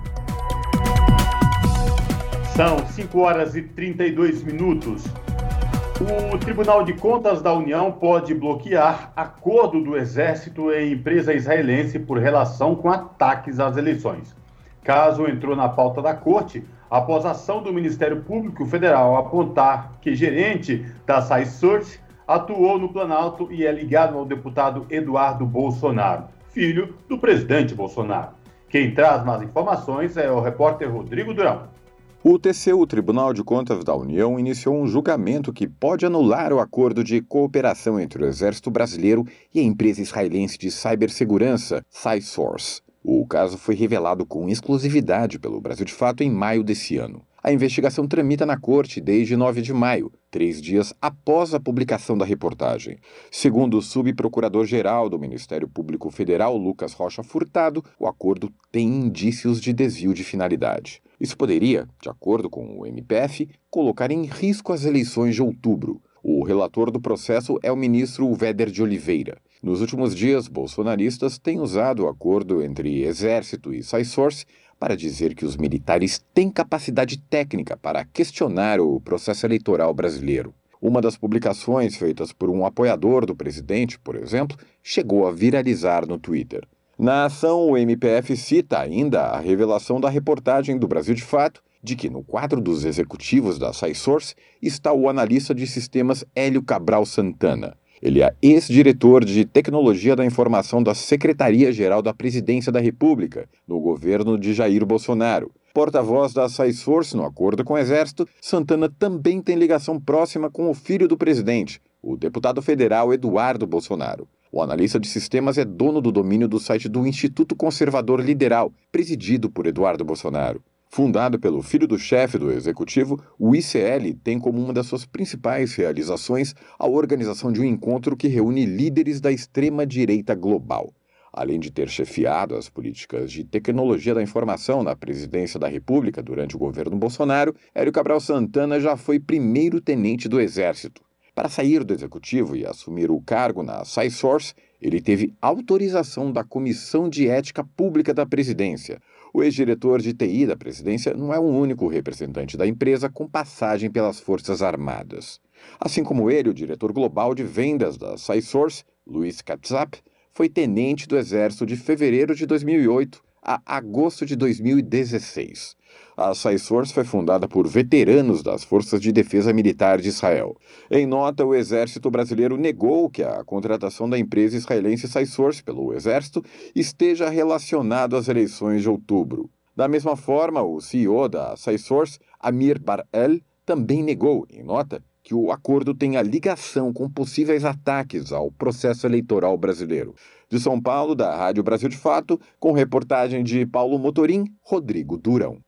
São cinco horas e trinta e dois minutos. O Tribunal de Contas da União pode bloquear acordo do Exército e empresa israelense por relação com ataques às eleições. Caso entrou na pauta da Corte após a ação do Ministério Público Federal apontar que gerente da SciSource atuou no Planalto e é ligado ao deputado Eduardo Bolsonaro, filho do presidente Bolsonaro. Quem traz mais informações é o repórter Rodrigo Durão. O T C U, Tribunal de Contas da União, iniciou um julgamento que pode anular o acordo de cooperação entre o Exército Brasileiro e a empresa israelense de cibersegurança, SciSource. O caso foi revelado com exclusividade pelo Brasil de Fato em maio desse ano. A investigação tramita na Corte desde nove de maio, três dias após a publicação da reportagem. Segundo o subprocurador-geral do Ministério Público Federal, Lucas Rocha Furtado, o acordo tem indícios de desvio de finalidade. Isso poderia, de acordo com o M P F, colocar em risco as eleições de outubro. O relator do processo é o ministro Véder de Oliveira. Nos últimos dias, bolsonaristas têm usado o acordo entre Exército e SciSource para dizer que os militares têm capacidade técnica para questionar o processo eleitoral brasileiro. Uma das publicações feitas por um apoiador do presidente, por exemplo, chegou a viralizar no Twitter. Na ação, o M P F cita ainda a revelação da reportagem do Brasil de Fato de que no quadro dos executivos da SciSource está o analista de sistemas Hélio Cabral Santana. Ele é ex-diretor de Tecnologia da Informação da Secretaria-Geral da Presidência da República, no governo de Jair Bolsonaro. Porta-voz da SciSource no acordo com o Exército, Santana também tem ligação próxima com o filho do presidente, o deputado federal Eduardo Bolsonaro. O analista de sistemas é dono do domínio do site do Instituto Conservador Liberal, presidido por Eduardo Bolsonaro. Fundado pelo filho do chefe do executivo, o I C L tem como uma das suas principais realizações a organização de um encontro que reúne líderes da extrema-direita global. Além de ter chefiado as políticas de tecnologia da informação na presidência da República durante o governo Bolsonaro, Hélio Cabral Santana já foi primeiro-tenente do Exército. Para sair do executivo e assumir o cargo na SciSource, ele teve autorização da Comissão de Ética Pública da Presidência. O ex-diretor de T I da presidência não é o único representante da empresa com passagem pelas Forças Armadas. Assim como ele, o diretor global de vendas da SciSource, Luiz Katzap, foi tenente do Exército de fevereiro de dois mil e oito a agosto de dois mil e dezesseis. A SciSource foi fundada por veteranos das Forças de Defesa Militar de Israel. Em nota, o Exército Brasileiro negou que a contratação da empresa israelense SciSource pelo Exército esteja relacionado às eleições de outubro. Da mesma forma, o C E O da SciSource, Amir Bar-El, também negou, em nota, que o acordo tenha ligação com possíveis ataques ao processo eleitoral brasileiro. De São Paulo, da Rádio Brasil de Fato, com reportagem de Paulo Motorim, Rodrigo Durão.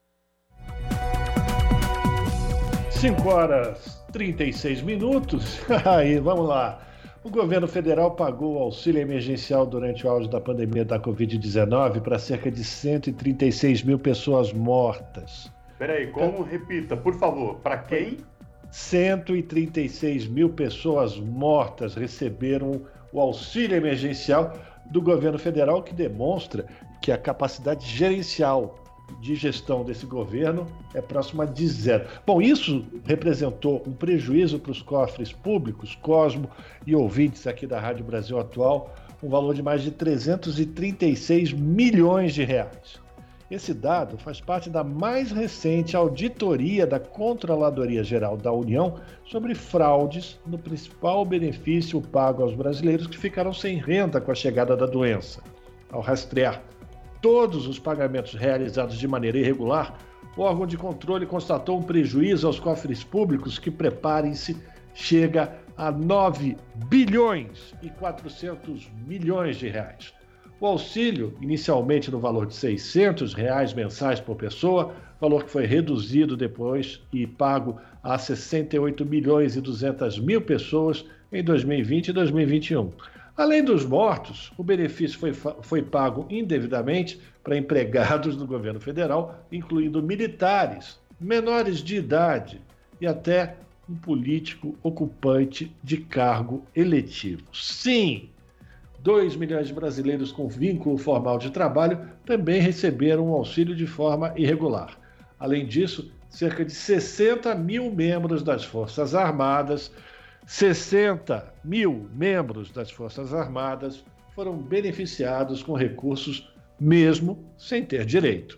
cinco horas e trinta e seis minutos. Aí, vamos lá. O governo federal pagou o auxílio emergencial durante o auge da pandemia da covid dezenove para cerca de cento e trinta e seis mil pessoas mortas. Peraí, como? Repita, por favor. Para quem? cento e trinta e seis mil pessoas mortas receberam o auxílio emergencial do governo federal, que demonstra que a capacidade gerencial de gestão desse governo é próxima de zero. Bom, isso representou um prejuízo para os cofres públicos, Cosmo e ouvintes aqui da Rádio Brasil Atual, um valor de mais de trezentos e trinta e seis milhões de reais. Esse dado faz parte da mais recente auditoria da Controladoria Geral da União sobre fraudes no principal benefício pago aos brasileiros que ficaram sem renda com a chegada da doença. Ao rastrear todos os pagamentos realizados de maneira irregular, o órgão de controle constatou um prejuízo aos cofres públicos que, preparem-se, chega a nove bilhões e quatrocentos milhões de reais. O auxílio, inicialmente no valor de seiscentos reais mensais por pessoa, valor que foi reduzido depois e pago a sessenta e oito milhões e duzentas mil pessoas em dois mil e vinte e dois mil e vinte e um. Além dos mortos, o benefício foi, foi pago indevidamente para empregados do governo federal, incluindo militares, menores de idade e até um político ocupante de cargo eletivo. Sim, dois milhões de brasileiros com vínculo formal de trabalho também receberam um auxílio de forma irregular. Além disso, cerca de sessenta mil membros das Forças Armadas sessenta mil membros das Forças Armadas foram beneficiados com recursos mesmo sem ter direito.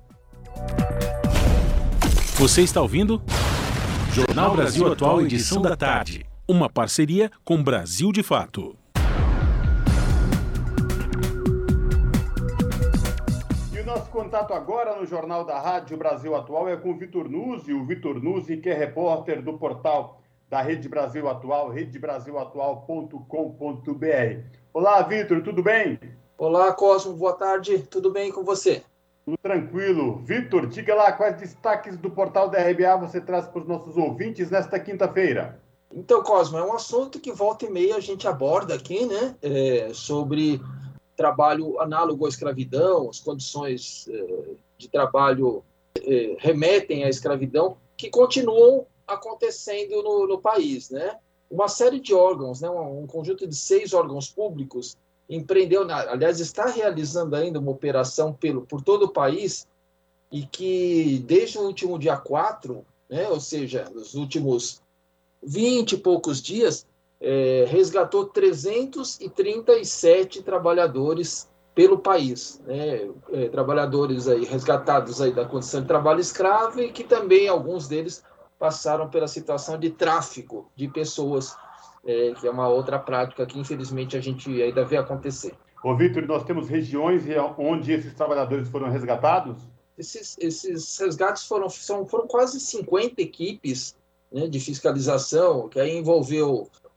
Você está ouvindo? Jornal Brasil Atual, edição da tarde. Uma parceria com Brasil de Fato. E o nosso contato agora no Jornal da Rádio Brasil Atual é com o Vitor Nuzzi. O Vitor Nuzzi, que é repórter do portal da Rede Brasil Atual, rede brasil atual ponto com ponto b r. Olá, Vitor, tudo bem? Olá, Cosmo, boa tarde, tudo bem com você? Tudo tranquilo. Vitor, diga lá quais destaques do portal da R B A você traz para os nossos ouvintes nesta quinta-feira. Então, Cosmo, é um assunto que volta e meia a gente aborda aqui, né? É, sobre trabalho análogo à escravidão, as condições é, de trabalho é, remetem à escravidão, que continuam acontecendo no, no país, né? Uma série de órgãos, né? Um, um conjunto de seis órgãos públicos empreendeu, aliás, está realizando ainda uma operação pelo, por todo o país e que desde o último dia quatro, né? Ou seja, nos últimos vinte e poucos dias, é, resgatou trezentos e trinta e sete trabalhadores pelo país, né? É, trabalhadores aí resgatados aí da condição de trabalho escravo e que também alguns deles passaram pela situação de tráfico de pessoas, é, que é uma outra prática que, infelizmente, a gente ainda vê acontecer. Ô, Vitor, nós temos regiões onde esses trabalhadores foram resgatados? Esses, esses resgates foram, são, foram quase cinquenta equipes, né, de fiscalização, que aí envolveu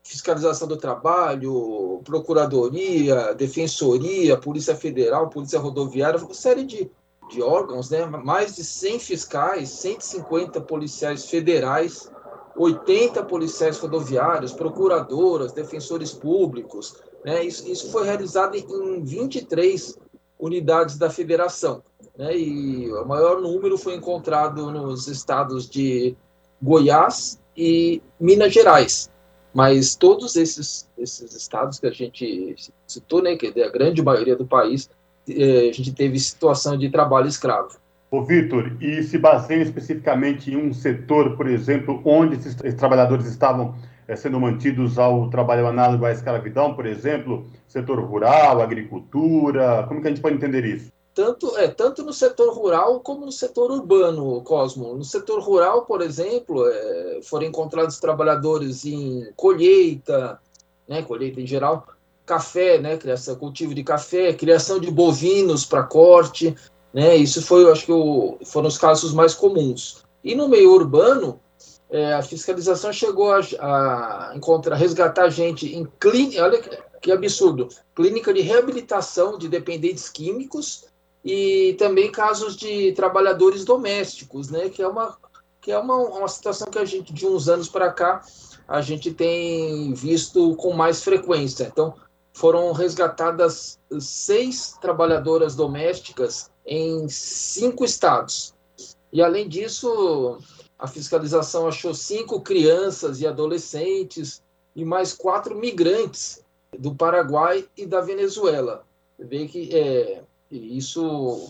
fiscalização do trabalho, procuradoria, defensoria, Polícia Federal, Polícia Rodoviária, uma série de, de órgãos, né? Mais de cem fiscais, cento e cinquenta policiais federais, oitenta policiais rodoviários, procuradoras, defensores públicos, né? Isso, isso foi realizado em vinte e três unidades da federação, né? E o maior número foi encontrado nos estados de Goiás e Minas Gerais. Mas todos esses, esses estados que a gente citou, né, que é a grande maioria do país, eh, a gente teve situação de trabalho escravo. Ô, Vitor, e se baseia especificamente em um setor, por exemplo, onde esses, esses trabalhadores estavam eh, sendo mantidos ao trabalho análogo à escravidão, por exemplo, setor rural, agricultura, como que a gente pode entender isso? Tanto, é, tanto no setor rural como no setor urbano, Cosmo. No setor rural, por exemplo, é, foram encontrados trabalhadores em colheita, né, colheita em geral, café, né, criação, cultivo de café, criação de bovinos para corte, né, isso foi, eu acho que o, foram os casos mais comuns. E no meio urbano, é, a fiscalização chegou a, a encontrar, resgatar gente em clínica, olha que, que absurdo, clínica de reabilitação de dependentes químicos, e também casos de trabalhadores domésticos, né, que é uma que é uma, uma situação que a gente, de uns anos para cá, a gente tem visto com mais frequência. Então, foram resgatadas seis trabalhadoras domésticas em cinco estados. E, além disso, a fiscalização achou cinco crianças e adolescentes e mais quatro migrantes do Paraguai e da Venezuela. Você vê que é, isso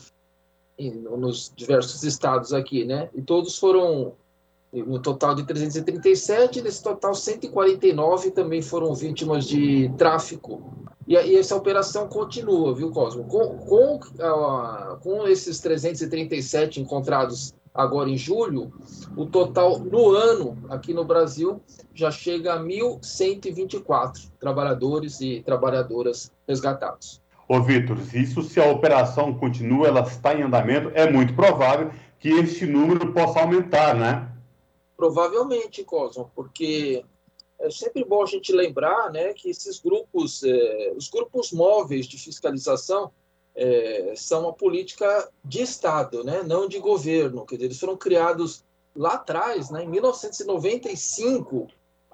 nos diversos estados aqui, né? E todos foram, no total de trezentos e trinta e sete, desse total cento e quarenta e nove também foram vítimas de tráfico. E, e essa operação continua, viu, Cosmo? Com, com, uh, com esses trezentos e trinta e sete encontrados agora em julho, o total no ano, aqui no Brasil, já chega a mil cento e vinte e quatro trabalhadores e trabalhadoras resgatados. Ô, Vitor, isso se a operação continua, ela está em andamento, é muito provável que este número possa aumentar, né? Provavelmente, Cosmo, porque é sempre bom a gente lembrar, né, que esses grupos, é, os grupos móveis de fiscalização é, são uma política de Estado, né, não de governo. Quer dizer, eles foram criados lá atrás, né, em mil novecentos e noventa e cinco,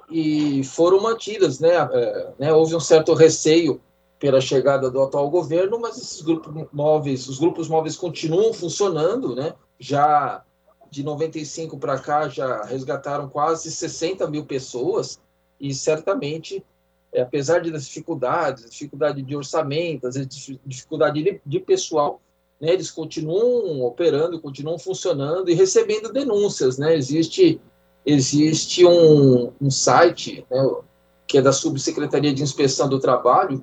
e foram mantidas, né, é, né, houve um certo receio pela chegada do atual governo, mas esses grupos móveis, os grupos móveis continuam funcionando, né? Já de noventa e cinco para cá já resgataram quase sessenta mil pessoas e certamente, é, apesar das dificuldades, dificuldade de orçamento, às vezes dificuldade de, de pessoal, né? Eles continuam operando, continuam funcionando e recebendo denúncias, né? Existe, existe um, um site, né, que é da Subsecretaria de Inspeção do Trabalho,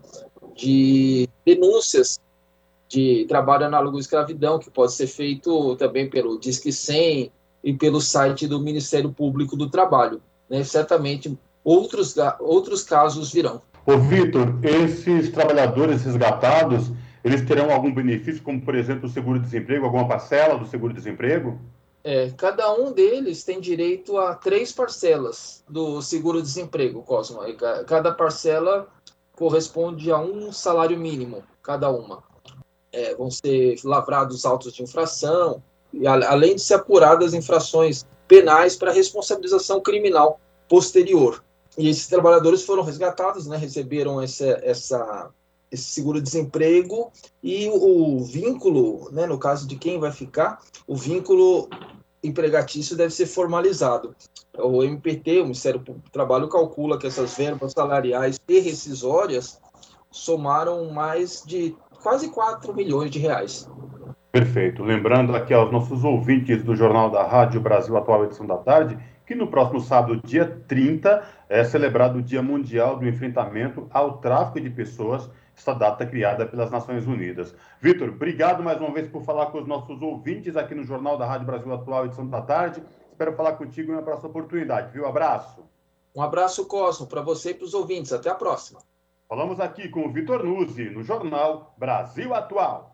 de denúncias de trabalho análogo à escravidão, que pode ser feito também pelo Disque cem e pelo site do Ministério Público do Trabalho, né? Certamente outros, outros casos virão. Ô, Vitor, esses trabalhadores resgatados, eles terão algum benefício, como, por exemplo, o seguro-desemprego, alguma parcela do seguro-desemprego? É, cada um deles tem direito a três parcelas do seguro-desemprego, Cosmo. Cada parcela corresponde a um salário mínimo, cada uma. É, vão ser lavrados autos de infração, e a, além de ser apuradas infrações penais para responsabilização criminal posterior. E esses trabalhadores foram resgatados, né, receberam essa, essa, esse seguro-desemprego e o, o vínculo, né, no caso de quem vai ficar, o vínculo empregatício deve ser formalizado. O M P T, o Ministério Público do Trabalho, calcula que essas verbas salariais e rescisórias somaram mais de quase quatro milhões de reais. Perfeito. Lembrando aqui aos nossos ouvintes do Jornal da Rádio Brasil Atual, edição da tarde, que no próximo sábado, dia trinta, é celebrado o Dia Mundial do Enfrentamento ao Tráfico de Pessoas, essa data criada pelas Nações Unidas. Vitor, obrigado mais uma vez por falar com os nossos ouvintes aqui no Jornal da Rádio Brasil Atual, edição da tarde. Espero falar contigo em uma próxima oportunidade, viu? Abraço. Um abraço, Cosmo, para você e para os ouvintes. Até a próxima. Falamos aqui com o Vitor Nuzzi, no Jornal Brasil Atual.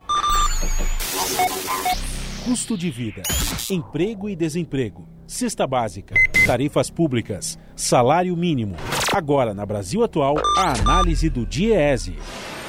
Custo de vida, emprego e desemprego, cesta básica, tarifas públicas, salário mínimo. Agora, na Brasil Atual, a análise do DIEESE.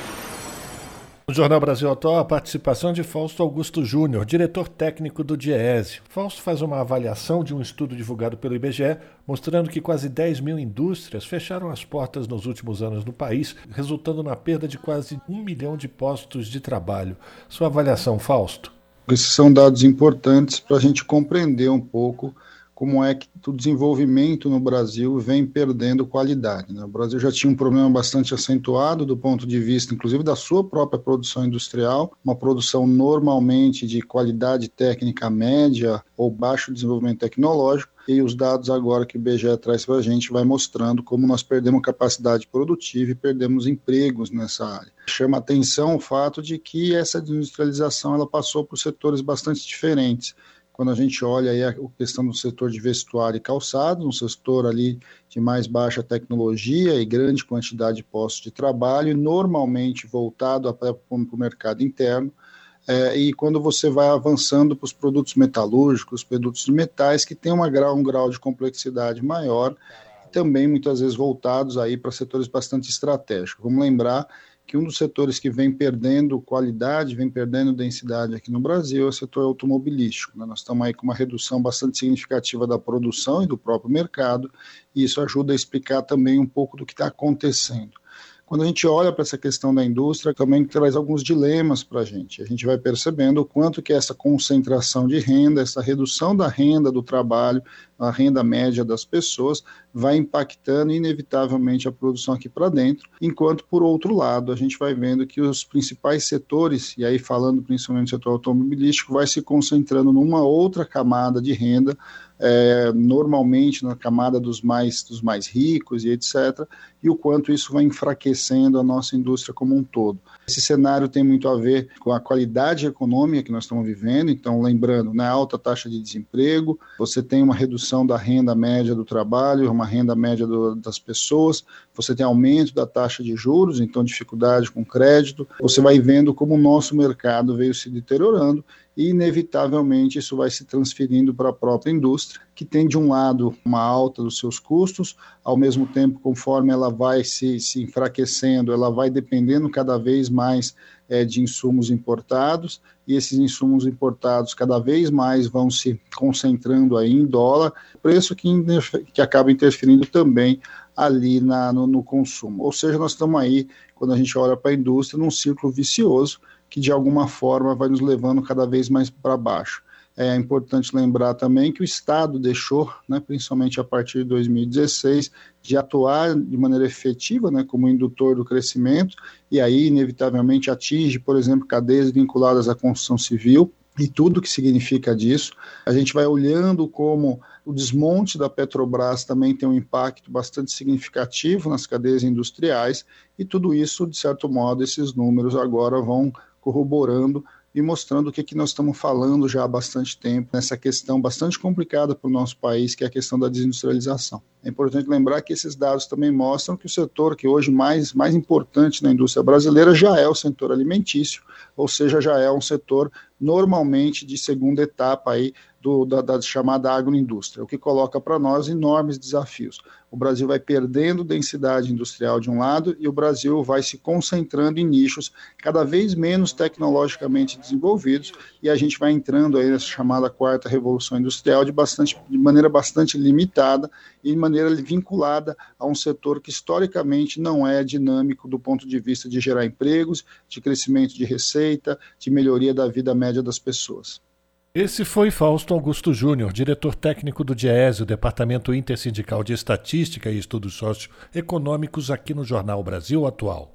No Jornal Brasil Atual, a participação de Fausto Augusto Júnior, diretor técnico do DIEESE. Fausto faz uma avaliação de um estudo divulgado pelo I B G E, mostrando que quase dez mil indústrias fecharam as portas nos últimos anos no país, resultando na perda de quase um milhão de postos de trabalho. Sua avaliação, Fausto? Esses são dados importantes para a gente compreender um pouco como é que o desenvolvimento no Brasil vem perdendo qualidade, né? O Brasil já tinha um problema bastante acentuado do ponto de vista, inclusive, da sua própria produção industrial, uma produção normalmente de qualidade técnica média ou baixo desenvolvimento tecnológico, e os dados agora que o I B G E traz para a gente vai mostrando como nós perdemos capacidade produtiva e perdemos empregos nessa área. Chama atenção o fato de que essa desindustrialização ela passou por setores bastante diferentes. Quando a gente olha aí a questão do setor de vestuário e calçado, um setor ali de mais baixa tecnologia e grande quantidade de postos de trabalho, normalmente voltado para o mercado interno, é, e quando você vai avançando para os produtos metalúrgicos, produtos de metais, que tem uma grau, um grau de complexidade maior, e também muitas vezes voltados aí para setores bastante estratégicos. Vamos lembrar que um dos setores que vem perdendo qualidade, vem perdendo densidade aqui no Brasil é o setor automobilístico, né? Nós estamos aí com uma redução bastante significativa da produção e do próprio mercado, e isso ajuda a explicar também um pouco do que está acontecendo. Quando a gente olha para essa questão da indústria, também traz alguns dilemas para a gente. A gente vai percebendo o quanto que essa concentração de renda, essa redução da renda do trabalho, a renda média das pessoas, vai impactando inevitavelmente a produção aqui para dentro, enquanto, por outro lado, a gente vai vendo que os principais setores, e aí falando principalmente do setor automobilístico, vai se concentrando numa outra camada de renda, É, normalmente na camada dos mais, dos mais ricos e etcétera, e o quanto isso vai enfraquecendo a nossa indústria como um todo. Esse cenário tem muito a ver com a qualidade econômica que nós estamos vivendo, então lembrando, né, alta taxa de desemprego, você tem uma redução da renda média do trabalho, uma renda média do, das pessoas, você tem aumento da taxa de juros, então dificuldade com crédito, você vai vendo como o nosso mercado veio se deteriorando, e inevitavelmente isso vai se transferindo para a própria indústria, que tem de um lado uma alta dos seus custos, ao mesmo tempo, conforme ela vai se, se enfraquecendo, ela vai dependendo cada vez mais é, de insumos importados, e esses insumos importados cada vez mais vão se concentrando aí em dólar, preço que, que acaba interferindo também ali na, no, no consumo. Ou seja, nós estamos aí, quando a gente olha para a indústria, num ciclo vicioso, que de alguma forma vai nos levando cada vez mais para baixo. É importante lembrar também que o Estado deixou, né, principalmente a partir de dois mil e dezesseis, de atuar de maneira efetiva, né, como indutor do crescimento, e aí inevitavelmente atinge, por exemplo, cadeias vinculadas à construção civil, e tudo que significa disso. A gente vai olhando como o desmonte da Petrobras também tem um impacto bastante significativo nas cadeias industriais, e tudo isso, de certo modo, esses números agora vão corroborando e mostrando o que, que nós estamos falando já há bastante tempo, nessa questão bastante complicada para o nosso país, que é a questão da desindustrialização. É importante lembrar que esses dados também mostram que o setor que hoje mais, mais importante na indústria brasileira já é o setor alimentício, ou seja, já é um setor normalmente de segunda etapa aí do, da, da chamada agroindústria, o que coloca para nós enormes desafios. O Brasil vai perdendo densidade industrial de um lado e o Brasil vai se concentrando em nichos cada vez menos tecnologicamente desenvolvidos, e a gente vai entrando aí nessa chamada quarta revolução industrial de, bastante, de maneira bastante limitada e de maneira vinculada a um setor que historicamente não é dinâmico do ponto de vista de gerar empregos, de crescimento de receita, de melhoria da vida média das pessoas. Esse foi Fausto Augusto Júnior, diretor técnico do DIEESE, o Departamento Intersindical de Estatística e Estudos Socioeconômicos, aqui no Jornal Brasil Atual.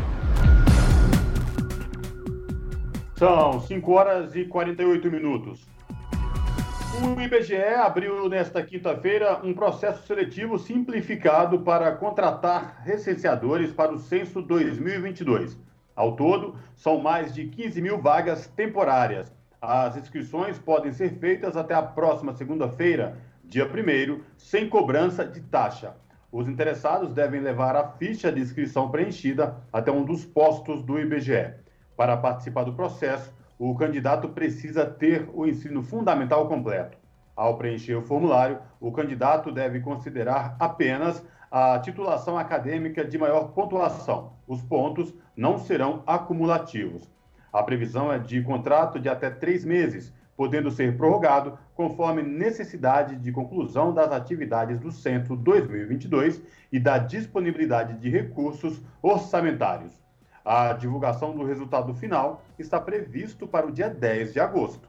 São cinco horas e quarenta e oito minutos. O I B G E abriu nesta quinta-feira um processo seletivo simplificado para contratar recenseadores para o censo dois mil e vinte e dois. Ao todo, são mais de quinze mil vagas temporárias. As inscrições podem ser feitas até a próxima segunda-feira, dia primeiro, sem cobrança de taxa. Os interessados devem levar a ficha de inscrição preenchida até um dos postos do I B G E. Para participar do processo, o candidato precisa ter o ensino fundamental completo. Ao preencher o formulário, o candidato deve considerar apenas a titulação acadêmica de maior pontuação. Os pontos não serão acumulativos. A previsão é de contrato de até três meses, podendo ser prorrogado conforme necessidade de conclusão das atividades do Centro dois mil e vinte e dois e da disponibilidade de recursos orçamentários. A divulgação do resultado final está previsto para o dia dez de agosto.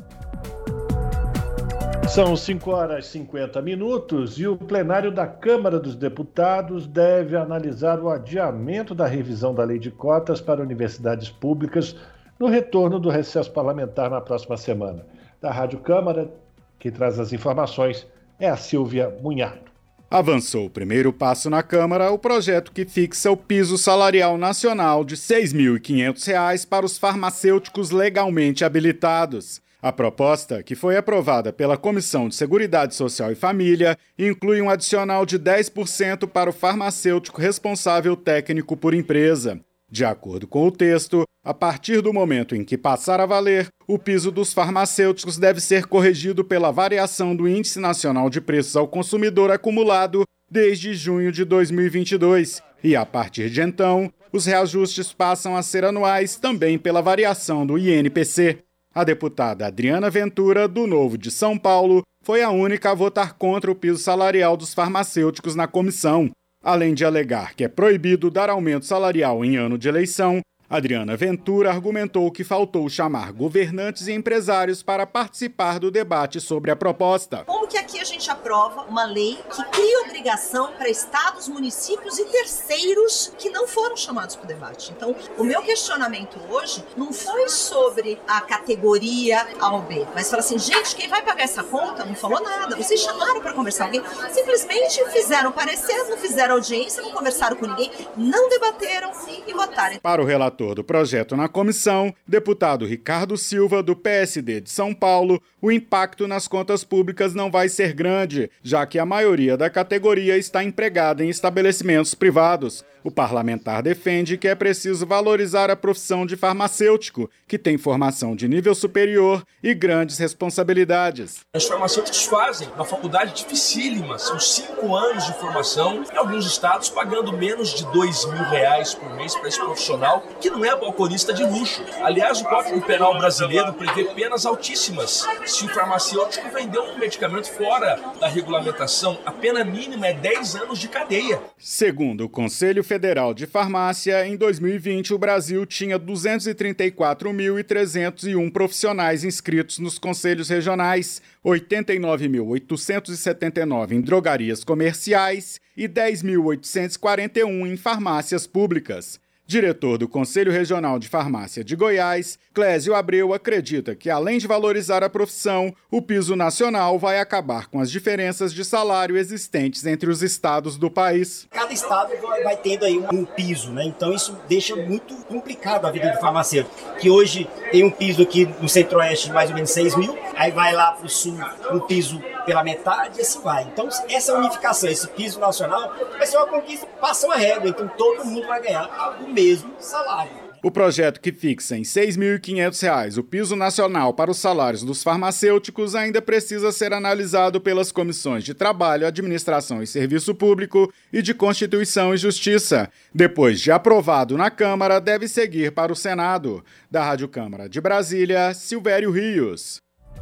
São cinco horas e cinquenta minutos e o plenário da Câmara dos Deputados deve analisar o adiamento da revisão da Lei de Cotas para universidades públicas no retorno do recesso parlamentar na próxima semana. Da Rádio Câmara, que traz as informações, é a Silvia Munhato. Avançou o primeiro passo na Câmara o projeto que fixa o piso salarial nacional de seis mil e quinhentos reais para os farmacêuticos legalmente habilitados. A proposta, que foi aprovada pela Comissão de Seguridade Social e Família, inclui um adicional de dez por cento para o farmacêutico responsável técnico por empresa. De acordo com o texto, a partir do momento em que passar a valer, o piso dos farmacêuticos deve ser corrigido pela variação do Índice Nacional de Preços ao Consumidor acumulado desde junho de dois mil e vinte e dois. E, a partir de então, os reajustes passam a ser anuais também pela variação do I N P C. A deputada Adriana Ventura, do Novo de São Paulo, foi a única a votar contra o piso salarial dos farmacêuticos na comissão. Além de alegar que é proibido dar aumento salarial em ano de eleição, Adriana Ventura argumentou que faltou chamar governantes e empresários para participar do debate sobre a proposta. Como que aqui a gente aprova uma lei que cria obrigação para estados, municípios e terceiros que não foram chamados para o debate? Então, o meu questionamento hoje não foi sobre a categoria A ou B, mas fala assim, gente, quem vai pagar essa conta não falou nada. Vocês chamaram para conversar com alguém, simplesmente fizeram parecer, não fizeram audiência, não conversaram com ninguém, não debateram e votaram. Para o relator do projeto na comissão, deputado Ricardo Silva, do P S D de São Paulo, o impacto nas contas públicas não vai ser grande, já que a maioria da categoria está empregada em estabelecimentos privados. O parlamentar defende que é preciso valorizar a profissão de farmacêutico, que tem formação de nível superior e grandes responsabilidades. Os farmacêuticos fazem uma faculdade dificílima, são cinco anos de formação, em alguns estados pagando menos de dois mil reais por mês para esse profissional, que não é balconista de luxo. Aliás, o Código Penal brasileiro prevê penas altíssimas se o farmacêutico vender um medicamento fora da regulamentação. A pena mínima é dez anos de cadeia. Segundo o Conselho Federal de Farmácia, em dois mil e vinte o Brasil tinha duzentos e trinta e quatro mil trezentos e um profissionais inscritos nos conselhos regionais, oitenta e nove mil oitocentos e setenta e nove em drogarias comerciais e dez mil oitocentos e quarenta e um em farmácias públicas. Diretor do Conselho Regional de Farmácia de Goiás, Clésio Abreu acredita que, além de valorizar a profissão, o piso nacional vai acabar com as diferenças de salário existentes entre os estados do país. Cada estado vai tendo aí um piso, né? Então isso deixa muito complicado a vida do farmacêutico, que hoje tem um piso aqui no Centro-Oeste de mais ou menos seis mil, aí vai lá para o Sul um piso pela metade e assim vai. Então essa unificação, esse piso nacional, vai ser uma conquista, passa uma régua, então todo mundo vai ganhar o mesmo salário. O projeto que fixa em seis mil e quinhentos reais o piso nacional para os salários dos farmacêuticos ainda precisa ser analisado pelas comissões de Trabalho, Administração e Serviço Público e de Constituição e Justiça. Depois de aprovado na Câmara, deve seguir para o Senado. Da Rádio Câmara de Brasília, Silvério Rios.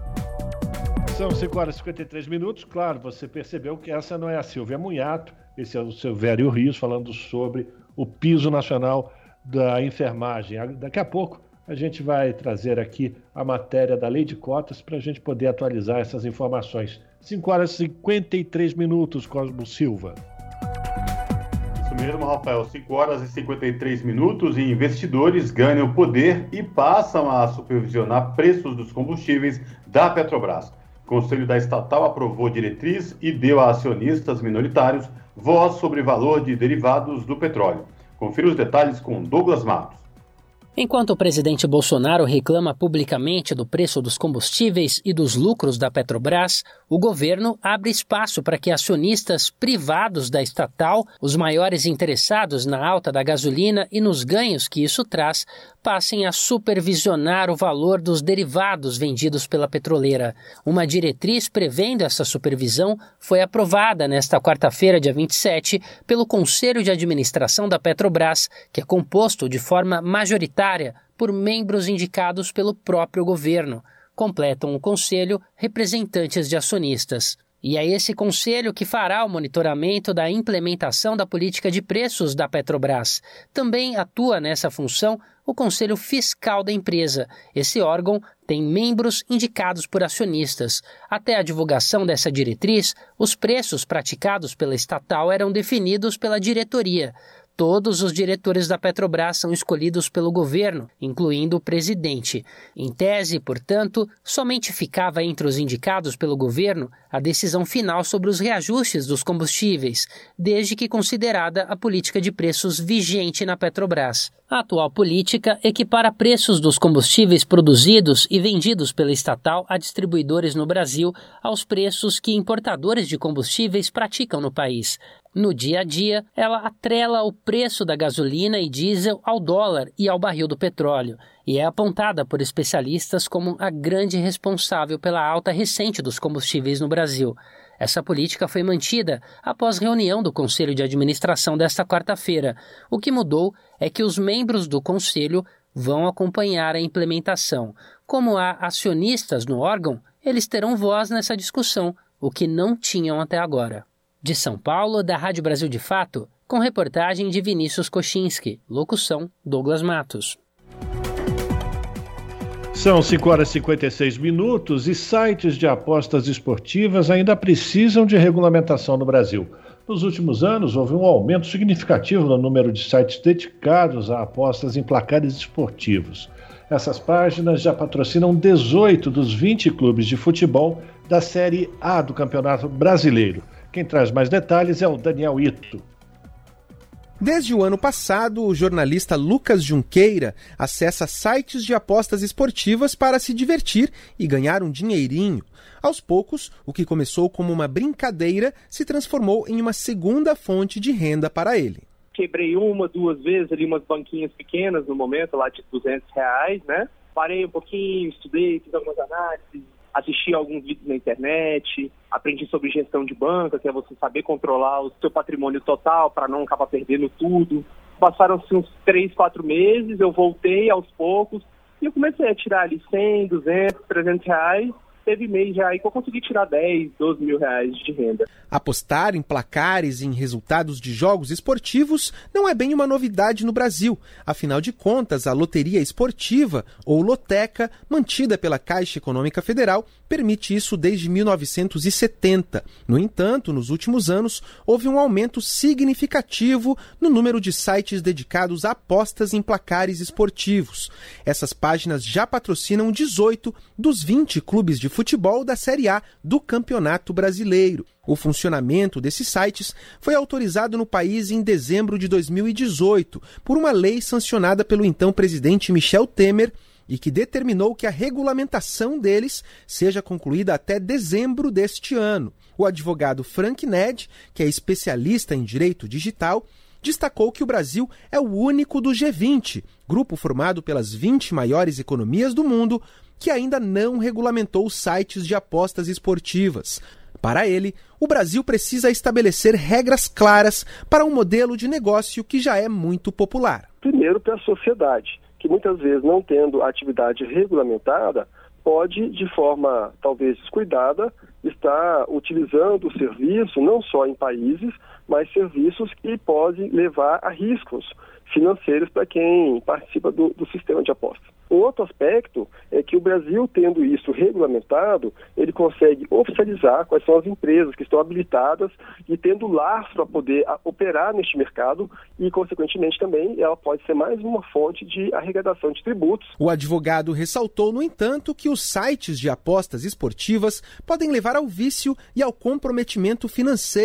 São cinco horas e cinquenta e três minutos. Claro, você percebeu que essa não é a Silvia Munhato, esse é o Silvério Rios falando sobre o piso nacional da enfermagem. Daqui a pouco a gente vai trazer aqui a matéria da Lei de Cotas para a gente poder atualizar essas informações. cinco horas e cinquenta e três minutos, Cosmo Silva. Isso mesmo, Rafael. cinco horas e cinquenta e três minutos e investidores ganham poder e passam a supervisionar preços dos combustíveis da Petrobras. O Conselho da Estatal aprovou diretriz e deu a acionistas minoritários voz sobre valor de derivados do petróleo. Confira os detalhes com Douglas Matos. Enquanto o presidente Bolsonaro reclama publicamente do preço dos combustíveis e dos lucros da Petrobras, o governo abre espaço para que acionistas privados da estatal, os maiores interessados na alta da gasolina e nos ganhos que isso traz, passem a supervisionar o valor dos derivados vendidos pela petroleira. Uma diretriz prevendo essa supervisão foi aprovada nesta quarta-feira, dia vinte e sete, pelo Conselho de Administração da Petrobras, que é composto de forma majoritária por membros indicados pelo próprio governo. Completam o conselho representantes de acionistas. E é esse conselho que fará o monitoramento da implementação da política de preços da Petrobras. Também atua nessa função o Conselho Fiscal da empresa. Esse órgão tem membros indicados por acionistas. Até a divulgação dessa diretriz, os preços praticados pela estatal eram definidos pela diretoria. Todos os diretores da Petrobras são escolhidos pelo governo, incluindo o presidente. Em tese, portanto, somente ficava entre os indicados pelo governo a decisão final sobre os reajustes dos combustíveis, desde que considerada a política de preços vigente na Petrobras. A atual política equipara preços dos combustíveis produzidos e vendidos pela estatal a distribuidores no Brasil aos preços que importadores de combustíveis praticam no país. No dia a dia, ela atrela o preço da gasolina e diesel ao dólar e ao barril do petróleo, e é apontada por especialistas como a grande responsável pela alta recente dos combustíveis no Brasil. Essa política foi mantida após reunião do Conselho de Administração desta quarta-feira. O que mudou é que os membros do Conselho vão acompanhar a implementação. Como há acionistas no órgão, eles terão voz nessa discussão, o que não tinham até agora. De São Paulo, da Rádio Brasil de Fato, com reportagem de Vinícius Kochinski, locução Douglas Matos. São cinco horas e cinquenta e seis minutos e sites de apostas esportivas ainda precisam de regulamentação no Brasil. Nos últimos anos, houve um aumento significativo no número de sites dedicados a apostas em placares esportivos. Essas páginas já patrocinam dezoito dos vinte clubes de futebol da Série A do Campeonato Brasileiro. Quem traz mais detalhes é o Daniel Ito. Desde o ano passado, o jornalista Lucas Junqueira acessa sites de apostas esportivas para se divertir e ganhar um dinheirinho. Aos poucos, o que começou como uma brincadeira se transformou em uma segunda fonte de renda para ele. Quebrei uma, duas vezes ali umas banquinhas pequenas no momento, lá de duzentos reais, né? Parei um pouquinho, estudei, fiz algumas análises, assisti alguns vídeos na internet, aprendi sobre gestão de banca, que é você saber controlar o seu patrimônio total para não acabar perdendo tudo. Passaram-se uns três, quatro meses, eu voltei aos poucos e eu comecei a tirar ali cem, duzentos, trezentos reais. Teve mês já aí que eu consegui tirar dez, doze mil reais de renda. Apostar em placares e em resultados de jogos esportivos não é bem uma novidade no Brasil. Afinal de contas, a loteria esportiva, ou loteca, mantida pela Caixa Econômica Federal, permite isso desde mil novecentos e setenta. No entanto, nos últimos anos, houve um aumento significativo no número de sites dedicados a apostas em placares esportivos. Essas páginas já patrocinam dezoito dos vinte clubes de futebol da Série A do Campeonato Brasileiro. O funcionamento desses sites foi autorizado no país em dezembro de dois mil e dezoito por uma lei sancionada pelo então presidente Michel Temer e que determinou que a regulamentação deles seja concluída até dezembro deste ano. O advogado Frank Ned, que é especialista em direito digital, destacou que o Brasil é o único do G vinte, grupo formado pelas vinte maiores economias do mundo, que ainda não regulamentou os sites de apostas esportivas. Para ele, o Brasil precisa estabelecer regras claras para um modelo de negócio que já é muito popular. Primeiro, para a sociedade, que muitas vezes, não tendo a atividade regulamentada, pode, de forma talvez descuidada, estar utilizando o serviço não só em países, mas serviços que podem levar a riscos financeiros para quem participa do, do sistema de apostas. Um outro aspecto é que o Brasil, tendo isso regulamentado, ele consegue oficializar quais são as empresas que estão habilitadas e tendo laço para poder a, operar neste mercado e, consequentemente, também ela pode ser mais uma fonte de arrecadação de tributos. O advogado ressaltou, no entanto, que os sites de apostas esportivas podem levar ao vício e ao comprometimento financeiro,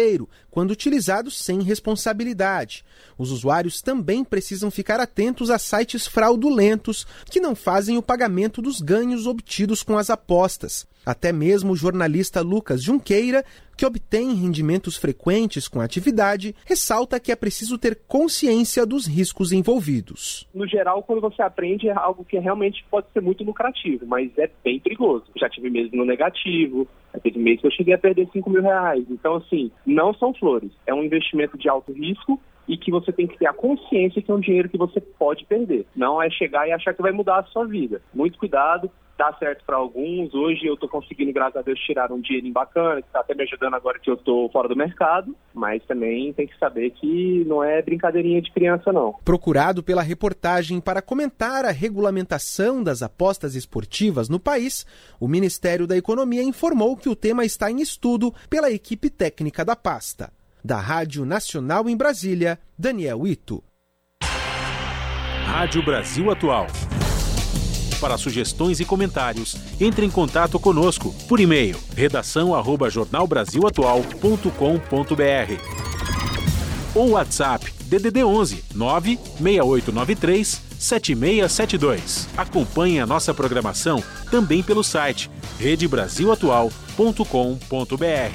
quando utilizados sem responsabilidade. Os usuários também precisam ficar atentos a sites fraudulentos que não fazem o pagamento dos ganhos obtidos com as apostas. Até mesmo o jornalista Lucas Junqueira, que obtém rendimentos frequentes com a atividade, ressalta que é preciso ter consciência dos riscos envolvidos. No geral, quando você aprende, é algo que realmente pode ser muito lucrativo, mas é bem perigoso. Já tive meses no negativo, teve meses que eu cheguei a perder cinco mil reais. Então, assim, não são flores. É um investimento de alto risco e que você tem que ter a consciência que é um dinheiro que você pode perder. Não é chegar e achar que vai mudar a sua vida. Muito cuidado. Dá certo para alguns. Hoje eu estou conseguindo, graças a Deus, tirar um dinheirinho bacana, que está até me ajudando agora que eu estou fora do mercado, mas também tem que saber que não é brincadeirinha de criança, não. Procurado pela reportagem para comentar a regulamentação das apostas esportivas no país, o Ministério da Economia informou que o tema está em estudo pela equipe técnica da pasta. Da Rádio Nacional em Brasília, Daniel Ito. Rádio Brasil Atual. Para sugestões e comentários, entre em contato conosco por e-mail redação arroba jornal brasil atual ponto com ponto b r ou WhatsApp D D D onze nove seis oito nove três sete seis sete dois. Acompanhe a nossa programação também pelo site rede brasil atual ponto com ponto b r.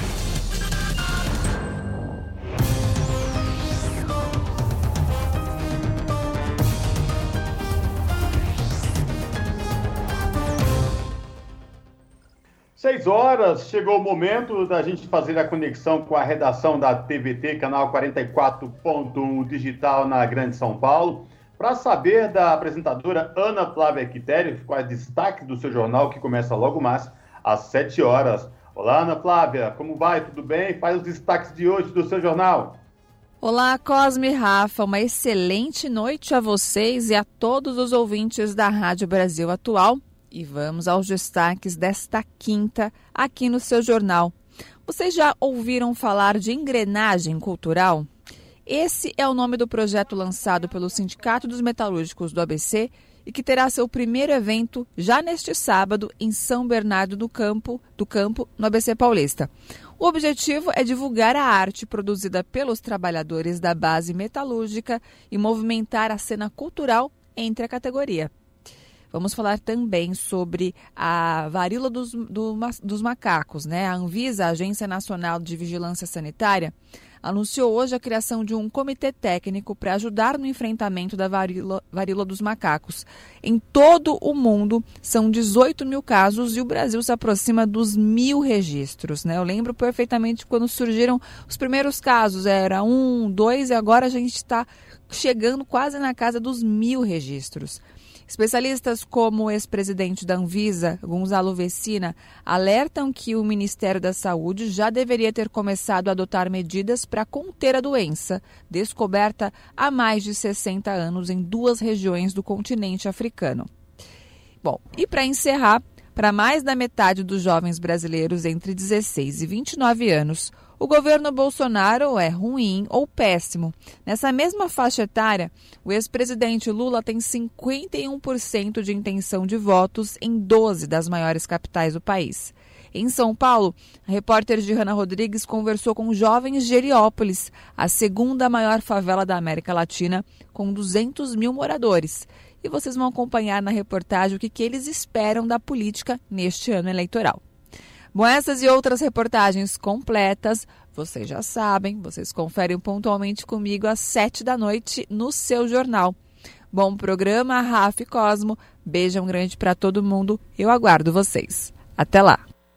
Seis horas, chegou o momento da gente fazer a conexão com a redação da T V T, canal quarenta e quatro ponto um digital na Grande São Paulo, para saber da apresentadora Ana Flávia Quitério, quais destaques do seu jornal, que começa logo mais às sete horas. Olá, Ana Flávia, como vai? Tudo bem? Faz os destaques de hoje do seu jornal. Olá, Cosme e Rafa, uma excelente noite a vocês e a todos os ouvintes da Rádio Brasil Atual. E vamos aos destaques desta quinta aqui no seu jornal. Vocês já ouviram falar de engrenagem cultural? Esse é o nome do projeto lançado pelo Sindicato dos Metalúrgicos do A B C e que terá seu primeiro evento já neste sábado em São Bernardo do Campo, do Campo, no A B C Paulista. O objetivo é divulgar a arte produzida pelos trabalhadores da base metalúrgica e movimentar a cena cultural entre a categoria. Vamos falar também sobre a varíola dos, do, dos macacos, né? A Anvisa, a Agência Nacional de Vigilância Sanitária, anunciou hoje a criação de um comitê técnico para ajudar no enfrentamento da varíola, varíola dos macacos. Em todo o mundo, são dezoito mil casos e o Brasil se aproxima dos mil registros, né? Eu lembro perfeitamente quando surgiram os primeiros casos, era um, dois, e agora a gente está chegando quase na casa dos mil registros. Especialistas como o ex-presidente da Anvisa, Gonzalo Vecina, alertam que o Ministério da Saúde já deveria ter começado a adotar medidas para conter a doença, descoberta há mais de sessenta anos em duas regiões do continente africano. Bom, e para encerrar, para mais da metade dos jovens brasileiros entre dezesseis e vinte e nove anos, o governo Bolsonaro é ruim ou péssimo. Nessa mesma faixa etária, o ex-presidente Lula tem cinquenta e um por cento de intenção de votos em doze das maiores capitais do país. Em São Paulo, a repórter Gihanna Rodrigues conversou com jovens de Heliópolis, a segunda maior favela da América Latina, com duzentos mil moradores. E vocês vão acompanhar na reportagem o que, que eles esperam da política neste ano eleitoral. Bom, essas e outras reportagens completas, vocês já sabem, vocês conferem pontualmente comigo às sete da noite no seu jornal. Bom programa, Rafa e Cosmo. Beijão grande para todo mundo. Eu aguardo vocês. Até lá.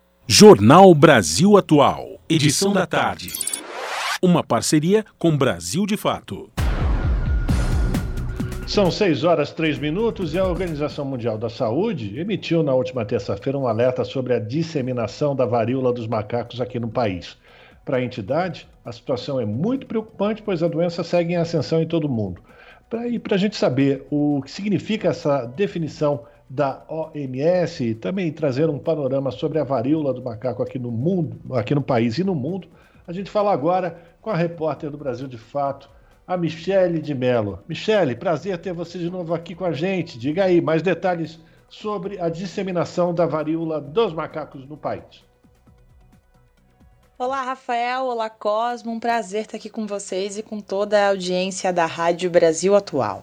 Jornal Brasil Atual, edição da tarde. Uma parceria com Brasil de Fato. São seis horas, três minutos e a Organização Mundial da Saúde emitiu na última terça-feira um alerta sobre a disseminação da varíola dos macacos aqui no país. Para a entidade, a situação é muito preocupante, pois a doença segue em ascensão em todo o mundo. E para a gente saber o que significa essa definição da O M S e também trazer um panorama sobre a varíola do macaco aqui no mundo, aqui no país e no mundo, a gente fala agora com a repórter do Brasil de Fato, a Michele de Mello. Michele, prazer ter você de novo aqui com a gente. Diga aí mais detalhes sobre a disseminação da varíola dos macacos no país. Olá, Rafael. Olá, Cosmo. Um prazer estar aqui com vocês e com toda a audiência da Rádio Brasil Atual.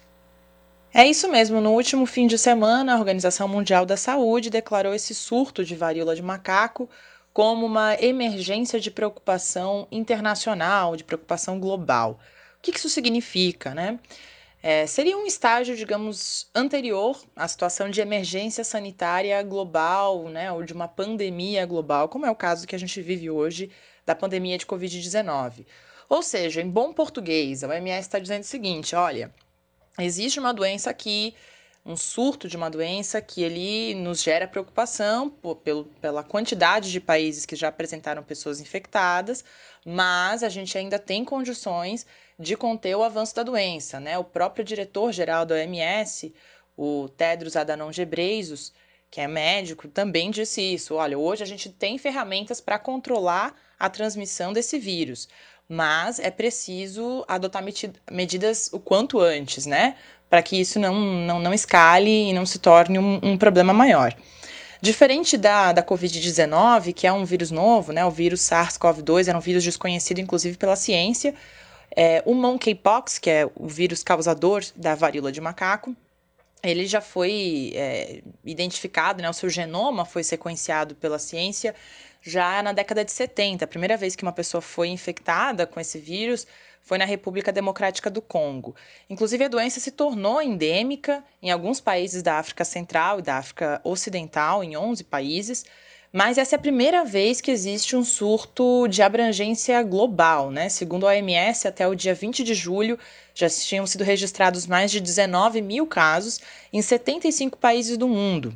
É isso mesmo. No último fim de semana, a Organização Mundial da Saúde declarou esse surto de varíola de macaco como uma emergência de preocupação internacional, de preocupação global. O que isso significa, né? É, seria um estágio, digamos, anterior à situação de emergência sanitária global, né, ou de uma pandemia global, como é o caso que a gente vive hoje da pandemia de covid dezenove. Ou seja, em bom português, a O M S está dizendo o seguinte, olha, existe uma doença aqui, um surto de uma doença que ele nos gera preocupação por, pelo, pela quantidade de países que já apresentaram pessoas infectadas, mas a gente ainda tem condições de conter o avanço da doença, né? O próprio diretor-geral da O M S, o Tedros Adhanom Ghebreyesus, que é médico, também disse isso. Olha, hoje a gente tem ferramentas para controlar a transmissão desse vírus, mas é preciso adotar medidas o quanto antes, né? Para que isso não, não, não escale e não se torne um, um problema maior. Diferente da, da covid dezenove, que é um vírus novo, né? O vírus SARS-CoV dois era um vírus desconhecido, inclusive, pela ciência. É, o monkeypox, que é o vírus causador da varíola de macaco, ele já foi é, identificado, né, o seu genoma foi sequenciado pela ciência já na década de setenta. A primeira vez que uma pessoa foi infectada com esse vírus foi na República Democrática do Congo. Inclusive, a doença se tornou endêmica em alguns países da África Central e da África Ocidental, em onze países, mas essa é a primeira vez que existe um surto de abrangência global, né? Segundo a O M S, até o dia vinte de julho, já tinham sido registrados mais de dezenove mil casos em setenta e cinco países do mundo.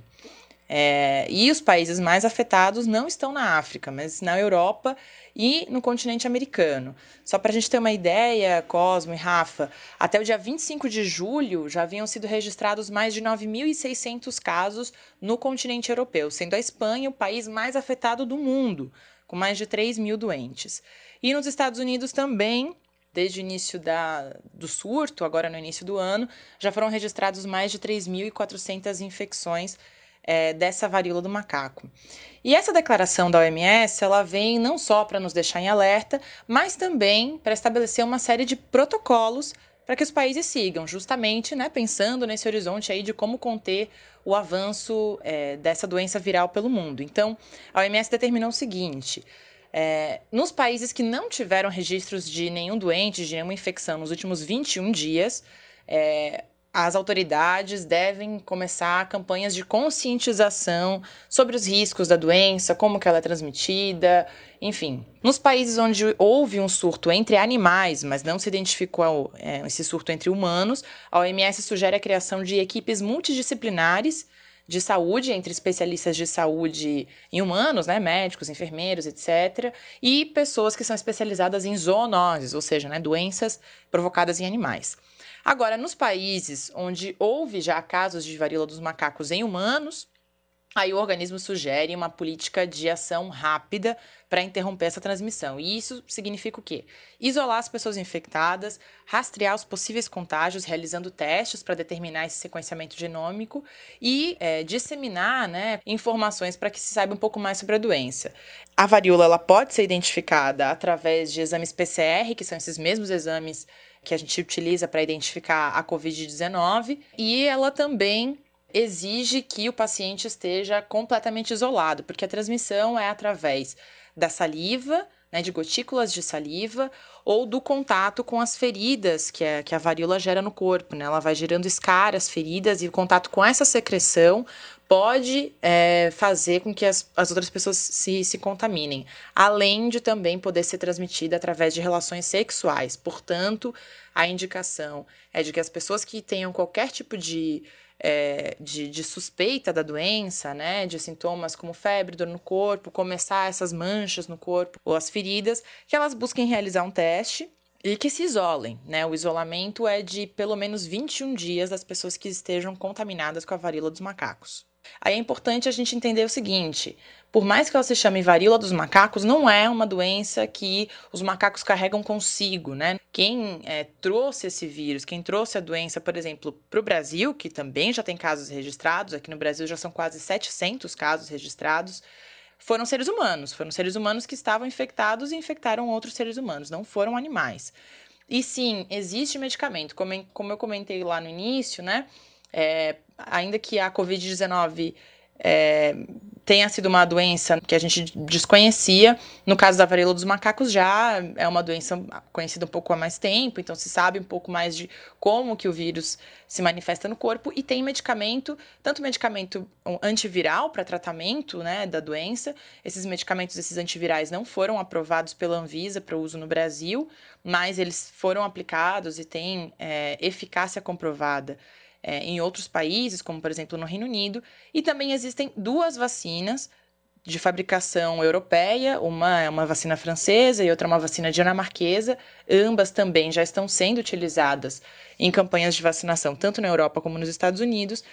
É, e os países mais afetados não estão na África, mas na Europa e no continente americano. Só para a gente ter uma ideia, Cosmo e Rafa, até o dia vinte e cinco de julho já haviam sido registrados mais de nove mil e seiscentos casos no continente europeu, sendo a Espanha o país mais afetado do mundo, com mais de três mil doentes. E nos Estados Unidos também, desde o início da, do surto, agora no início do ano, já foram registrados mais de três mil e quatrocentas infecções É, dessa varíola do macaco. E essa declaração da O M S, ela vem não só para nos deixar em alerta, mas também para estabelecer uma série de protocolos para que os países sigam, justamente, né, pensando nesse horizonte aí de como conter o avanço é, dessa doença viral pelo mundo. Então, a O M S determinou o seguinte, é, nos países que não tiveram registros de nenhum doente, de nenhuma infecção nos últimos vinte e um dias, é, as autoridades devem começar campanhas de conscientização sobre os riscos da doença, como que ela é transmitida, enfim. Nos países onde houve um surto entre animais, mas não se identificou é, esse surto entre humanos, a O M S sugere a criação de equipes multidisciplinares de saúde, entre especialistas de saúde em humanos, né, médicos, enfermeiros, etcétera, e pessoas que são especializadas em zoonoses, ou seja, né, doenças provocadas em animais. Agora, nos países onde houve já casos de varíola dos macacos em humanos, aí o organismo sugere uma política de ação rápida para interromper essa transmissão. E isso significa o quê? Isolar as pessoas infectadas, rastrear os possíveis contágios, realizando testes para determinar esse sequenciamento genômico e é, disseminar, né, informações para que se saiba um pouco mais sobre a doença. A varíola ela pode ser identificada através de exames P C R, que são esses mesmos exames que a gente utiliza para identificar a covid dezenove, e ela também exige que o paciente esteja completamente isolado, porque a transmissão é através da saliva, né, de gotículas de saliva, ou do contato com as feridas que a, que a varíola gera no corpo, né? Ela vai gerando escaras, feridas, e o contato com essa secreção pode é, fazer com que as, as outras pessoas se, se contaminem, além de também poder ser transmitida através de relações sexuais. Portanto, a indicação é de que as pessoas que tenham qualquer tipo de, é, de, de suspeita da doença, né, de sintomas como febre, dor no corpo, começar essas manchas no corpo ou as feridas, que elas busquem realizar um teste e que se isolem, né? O isolamento é de pelo menos vinte e um dias das pessoas que estejam contaminadas com a varíola dos macacos. Aí é importante a gente entender o seguinte, por mais que ela se chame varíola dos macacos, não é uma doença que os macacos carregam consigo, né? Quem é, trouxe esse vírus, quem trouxe a doença, por exemplo, para o Brasil, que também já tem casos registrados, aqui no Brasil já são quase setecentos casos registrados, foram seres humanos. Foram seres humanos que estavam infectados e infectaram outros seres humanos, não foram animais. E sim, existe medicamento, como, como eu comentei lá no início, né? É, ainda que a covid dezenove é, tenha sido uma doença que a gente desconhecia, no caso da varíola dos macacos já é uma doença conhecida um pouco há mais tempo, então se sabe um pouco mais de como que o vírus se manifesta no corpo, e tem medicamento, tanto medicamento antiviral para tratamento, né, da doença. Esses medicamentos, esses antivirais não foram aprovados pela Anvisa para uso no Brasil, mas eles foram aplicados e têm é, eficácia comprovada É, em outros países, como por exemplo no Reino Unido, e também existem duas vacinas de fabricação europeia, uma é uma vacina francesa e outra é uma vacina dinamarquesa, ambas também já estão sendo utilizadas em campanhas de vacinação, tanto na Europa como nos Estados Unidos,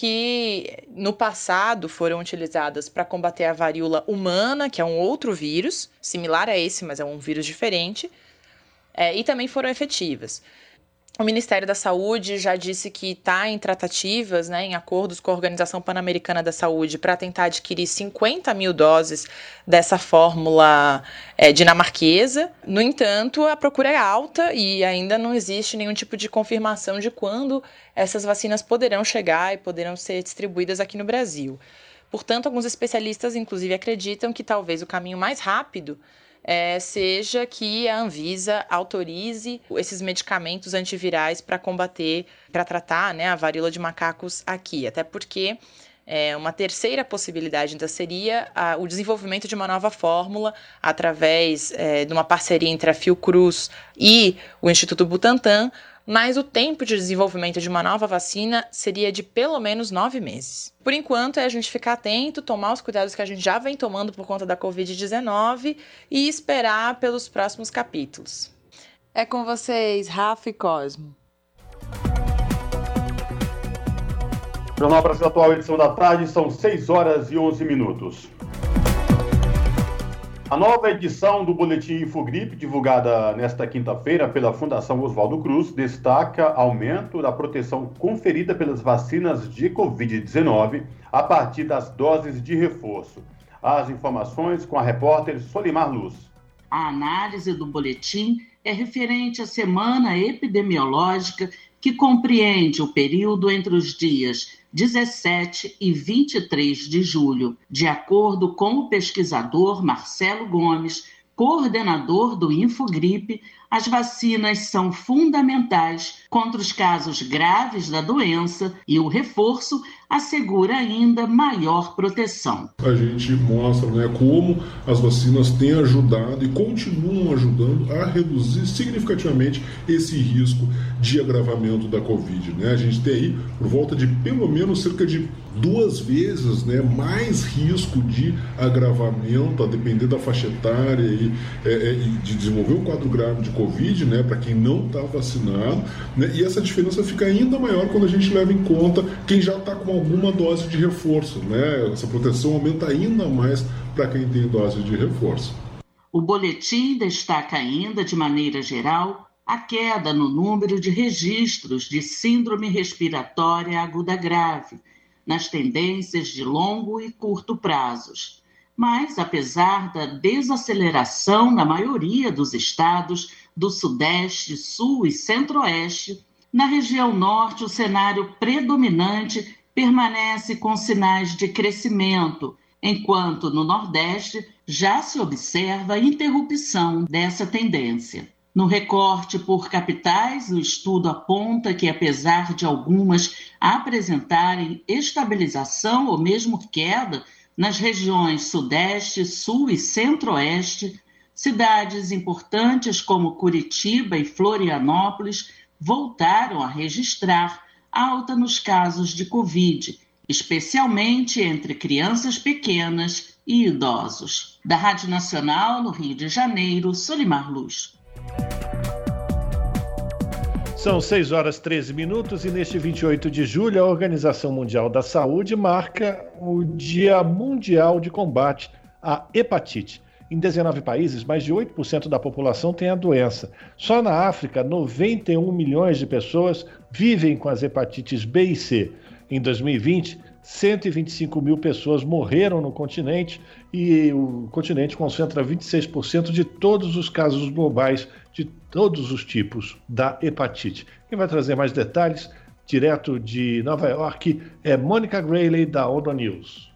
que no passado foram utilizadas para combater a varíola humana, que é um outro vírus, similar a esse, mas é um vírus diferente, é, e também foram efetivas. O Ministério da Saúde já disse que está em tratativas, né, em acordos com a Organização Pan-Americana da Saúde, para tentar adquirir cinquenta mil doses dessa fórmula é, dinamarquesa. No entanto, a procura é alta e ainda não existe nenhum tipo de confirmação de quando essas vacinas poderão chegar e poderão ser distribuídas aqui no Brasil. Portanto, alguns especialistas, inclusive, acreditam que talvez o caminho mais rápido É, seja que a Anvisa autorize esses medicamentos antivirais para combater, para tratar, né, a varíola de macacos aqui. Até porque é, uma terceira possibilidade ainda seria a, o desenvolvimento de uma nova fórmula através é, de uma parceria entre a Fiocruz e o Instituto Butantan, mas o tempo de desenvolvimento de uma nova vacina seria de pelo menos nove meses. Por enquanto, é a gente ficar atento, tomar os cuidados que a gente já vem tomando por conta da covid dezenove e esperar pelos próximos capítulos. É com vocês, Rafa e Cosmo. Jornal Brasil Atual, edição da tarde, são seis horas e onze minutos. A nova edição do Boletim Infogripe, divulgada nesta quinta-feira pela Fundação Oswaldo Cruz, destaca aumento da proteção conferida pelas vacinas de covid dezenove a partir das doses de reforço. As informações com a repórter Solimar Luz. A análise do boletim é referente à semana epidemiológica que compreende o período entre os dias dezessete e vinte e três de julho, de acordo com o pesquisador Marcelo Gomes, coordenador do Infogripe. As vacinas são fundamentais contra os casos graves da doença e o reforço assegura ainda maior proteção. A gente mostra, né, como as vacinas têm ajudado e continuam ajudando a reduzir significativamente esse risco de agravamento da Covid. Né? A gente tem aí por volta de pelo menos cerca de duas vezes, né, mais risco de agravamento, a depender da faixa etária e, é, é, de desenvolver um quadro grave de Covid, né, para quem não está vacinado, né, e essa diferença fica ainda maior quando a gente leva em conta quem já está com alguma dose de reforço, né? Essa proteção aumenta ainda mais para quem tem dose de reforço. O boletim destaca ainda, de maneira geral, a queda no número de registros de síndrome respiratória aguda grave, nas tendências de longo e curto prazos. Mas, apesar da desaceleração na maioria dos estados do Sudeste, Sul e Centro-Oeste, na região Norte o cenário predominante permanece com sinais de crescimento, enquanto no Nordeste já se observa a interrupção dessa tendência. No recorte por capitais, o estudo aponta que, apesar de algumas apresentarem estabilização ou mesmo queda, nas regiões Sudeste, Sul e Centro-Oeste, cidades importantes como Curitiba e Florianópolis voltaram a registrar alta nos casos de Covid, especialmente entre crianças pequenas e idosos. Da Rádio Nacional, no Rio de Janeiro, Solimar Luz. São seis horas e treze minutos e neste vinte e oito de julho a Organização Mundial da Saúde marca o Dia Mundial de Combate à Hepatite. Em dezenove países, mais de oito por cento da população tem a doença. Só na África, noventa e um milhões de pessoas vivem com as hepatites B e C. Em dois mil e vinte, cento e vinte e cinco mil pessoas morreram no continente e o continente concentra vinte e seis por cento de todos os casos globais de todos os tipos da hepatite. Quem vai trazer mais detalhes, direto de Nova York, é Mônica Grayley, da ONU News.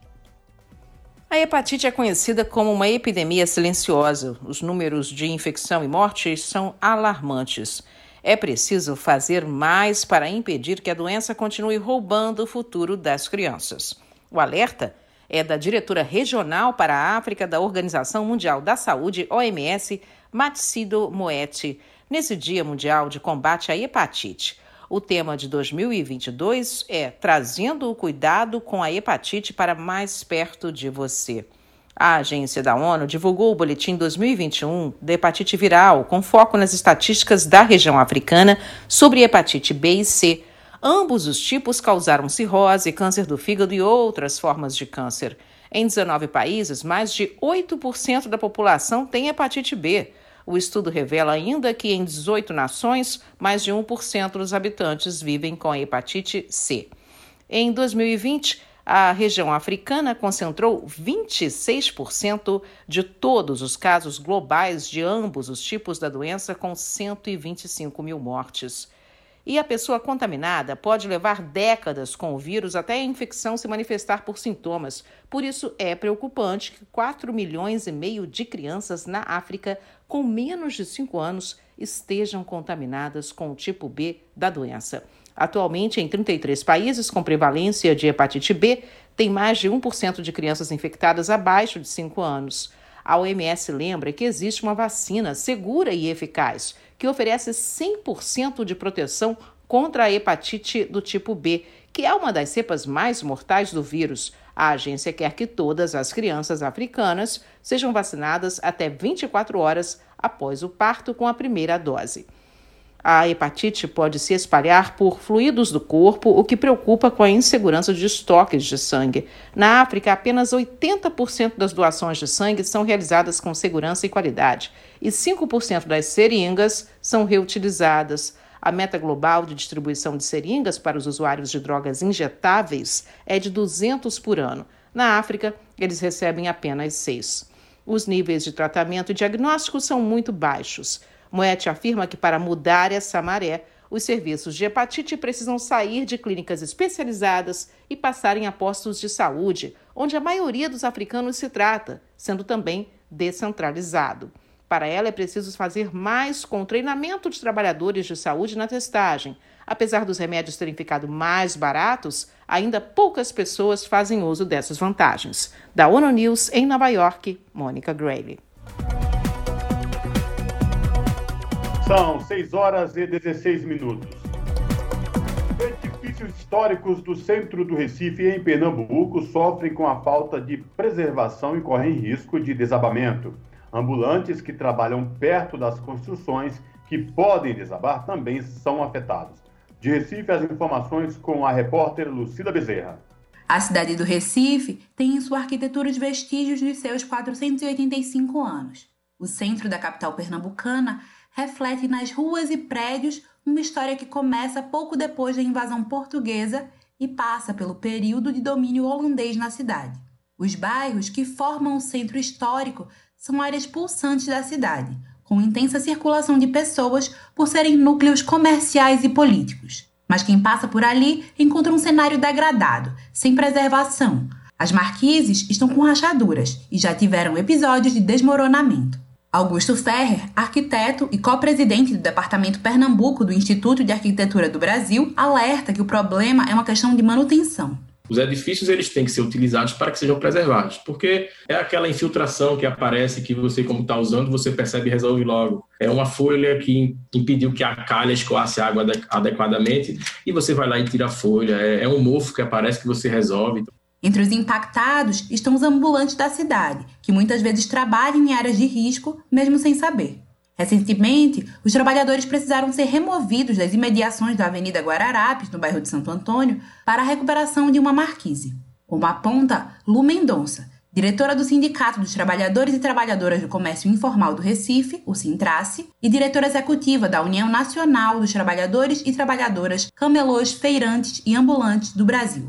A hepatite é conhecida como uma epidemia silenciosa. Os números de infecção e mortes são alarmantes. É preciso fazer mais para impedir que a doença continue roubando o futuro das crianças. O alerta é da diretora regional para a África da Organização Mundial da Saúde, O M S, Matshidiso Moeti, nesse Dia Mundial de Combate à Hepatite. O tema de dois mil e vinte e dois é Trazendo o Cuidado com a Hepatite para mais perto de você. A agência da ONU divulgou o boletim dois mil e vinte e um da hepatite viral, com foco nas estatísticas da região africana sobre hepatite B e C. Ambos os tipos causaram cirrose, câncer do fígado e outras formas de câncer. Em dezenove países, mais de oito por cento da população tem hepatite B. O estudo revela ainda que em dezoito nações, mais de um por cento dos habitantes vivem com a hepatite C. Em dois mil e vinte, a região africana concentrou vinte e seis por cento de todos os casos globais de ambos os tipos da doença, com cento e vinte e cinco mil mortes. E a pessoa contaminada pode levar décadas com o vírus até a infecção se manifestar por sintomas. Por isso, é preocupante que quatro milhões e meio de crianças na África com menos de cinco anos estejam contaminadas com o tipo B da doença. Atualmente, em trinta e três países com prevalência de hepatite B, tem mais de um por cento de crianças infectadas abaixo de cinco anos. A O M S lembra que existe uma vacina segura e eficaz, que oferece cem por cento de proteção contra a hepatite do tipo B, que é uma das cepas mais mortais do vírus. A agência quer que todas as crianças africanas sejam vacinadas até vinte e quatro horas após o parto com a primeira dose. A hepatite pode se espalhar por fluidos do corpo, o que preocupa com a insegurança de estoques de sangue. Na África, apenas oitenta por cento das doações de sangue são realizadas com segurança e qualidade, e cinco por cento das seringas são reutilizadas. A meta global de distribuição de seringas para os usuários de drogas injetáveis é de duzentos por ano. Na África, eles recebem apenas seis. Os níveis de tratamento e diagnóstico são muito baixos. Moeti afirma que, para mudar essa maré, os serviços de hepatite precisam sair de clínicas especializadas e passarem a postos de saúde, onde a maioria dos africanos se trata, sendo também descentralizado. Para ela, é preciso fazer mais com o treinamento de trabalhadores de saúde na testagem. Apesar dos remédios terem ficado mais baratos, ainda poucas pessoas fazem uso dessas vantagens. Da ONU News, em Nova York, Mônica Grayley. São seis horas e dezesseis minutos. Edifícios históricos do centro do Recife, em Pernambuco, sofrem com a falta de preservação e correm risco de desabamento. Ambulantes que trabalham perto das construções que podem desabar também são afetados. De Recife, as informações com a repórter Lucila Bezerra. A cidade do Recife tem em sua arquitetura os vestígios de seus quatrocentos e oitenta e cinco anos. O centro da capital pernambucana reflete nas ruas e prédios uma história que começa pouco depois da invasão portuguesa e passa pelo período de domínio holandês na cidade. Os bairros que formam o centro histórico são áreas pulsantes da cidade, com intensa circulação de pessoas por serem núcleos comerciais e políticos. Mas quem passa por ali encontra um cenário degradado, sem preservação. As marquises estão com rachaduras e já tiveram episódios de desmoronamento. Augusto Ferrer, arquiteto e co-presidente do Departamento Pernambuco do Instituto de Arquitetura do Brasil, alerta que o problema é uma questão de manutenção. Os edifícios eles têm que ser utilizados para que sejam preservados, porque é aquela infiltração que aparece que você, como está usando, você percebe e resolve logo. É uma folha que impediu que a calha escoasse a água adequadamente e você vai lá e tira a folha. É um mofo que aparece que você resolve. Entre os impactados estão os ambulantes da cidade, que muitas vezes trabalham em áreas de risco, mesmo sem saber. Recentemente, os trabalhadores precisaram ser removidos das imediações da Avenida Guararapes, no bairro de Santo Antônio, para a recuperação de uma marquise. Como aponta Lu Mendonça, diretora do Sindicato dos Trabalhadores e Trabalhadoras do Comércio Informal do Recife, o Sintrace, e diretora executiva da União Nacional dos Trabalhadores e Trabalhadoras Camelôs, Feirantes e Ambulantes do Brasil.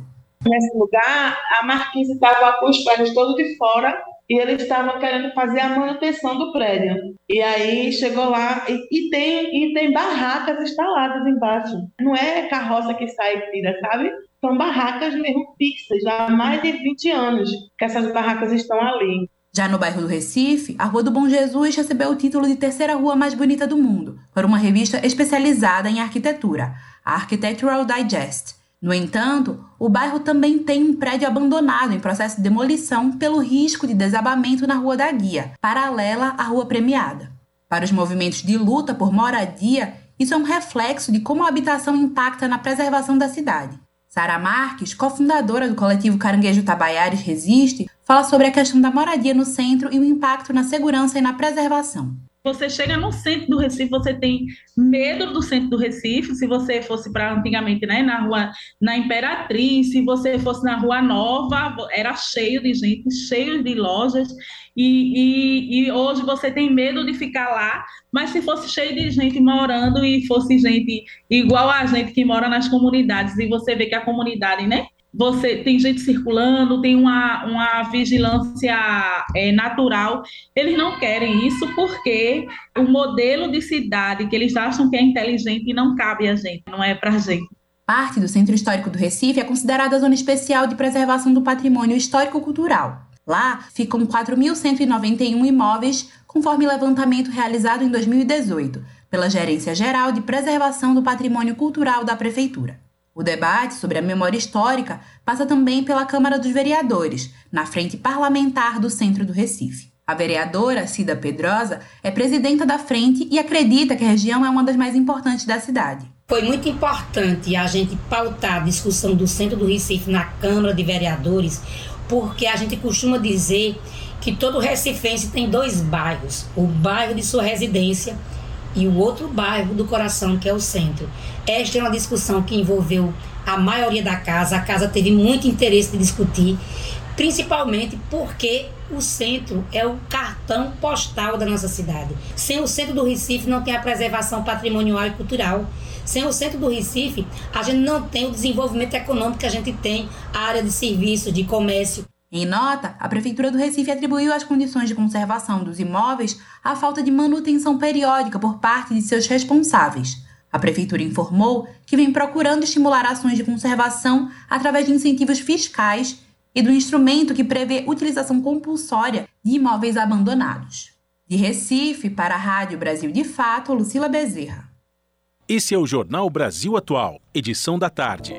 Nesse lugar, a marquise estava com os prédios todos de fora e eles estavam querendo fazer a manutenção do prédio. E aí chegou lá e, e, tem, e tem barracas instaladas embaixo. Não é carroça que sai e tira, sabe? São barracas mesmo fixas, já há mais de vinte anos que essas barracas estão ali. Já no bairro do Recife, a Rua do Bom Jesus recebeu o título de terceira rua mais bonita do mundo, por uma revista especializada em arquitetura, a Architectural Digest. No entanto, o bairro também tem um prédio abandonado em processo de demolição pelo risco de desabamento na Rua da Guia, paralela à Rua Premiada. Para os movimentos de luta por moradia, isso é um reflexo de como a habitação impacta na preservação da cidade. Sara Marques, cofundadora do coletivo Caranguejo Tabaiares Resiste, fala sobre a questão da moradia no centro e o impacto na segurança e na preservação. Você chega no centro do Recife, você tem medo do centro do Recife. Se você fosse para antigamente, né, na rua, na Imperatriz, se você fosse na Rua Nova, era cheio de gente, cheio de lojas. E, e, e hoje você tem medo de ficar lá, mas se fosse cheio de gente morando e fosse gente igual a gente que mora nas comunidades, e você vê que a comunidade, né? Você tem gente circulando, tem uma, uma vigilância é, natural. Eles não querem isso porque o modelo de cidade que eles acham que é inteligente não cabe a gente, não é pra gente. Parte do Centro Histórico do Recife é considerada a Zona Especial de Preservação do Patrimônio Histórico-Cultural. Lá ficam quatro mil cento e noventa e um imóveis, conforme levantamento realizado em dois mil e dezoito, pela Gerência Geral de Preservação do Patrimônio Cultural da Prefeitura. O debate sobre a memória histórica passa também pela Câmara dos Vereadores, na frente parlamentar do centro do Recife. A vereadora Cida Pedrosa é presidenta da frente e acredita que a região é uma das mais importantes da cidade. Foi muito importante a gente pautar a discussão do centro do Recife na Câmara de Vereadores, porque a gente costuma dizer que todo recifense tem dois bairros, o bairro de sua residência e o outro bairro do coração, que é o centro. Esta é uma discussão que envolveu a maioria da casa, a casa teve muito interesse de discutir, principalmente porque o centro é o cartão postal da nossa cidade. Sem o centro do Recife não tem a preservação patrimonial e cultural. Sem o centro do Recife, a gente não tem o desenvolvimento econômico que a gente tem, a área de serviço, de comércio. Em nota, a Prefeitura do Recife atribuiu as condições de conservação dos imóveis à falta de manutenção periódica por parte de seus responsáveis. A Prefeitura informou que vem procurando estimular ações de conservação através de incentivos fiscais e do instrumento que prevê utilização compulsória de imóveis abandonados. De Recife, para a Rádio Brasil de Fato, Lucila Bezerra. Esse é o Jornal Brasil Atual, edição da tarde.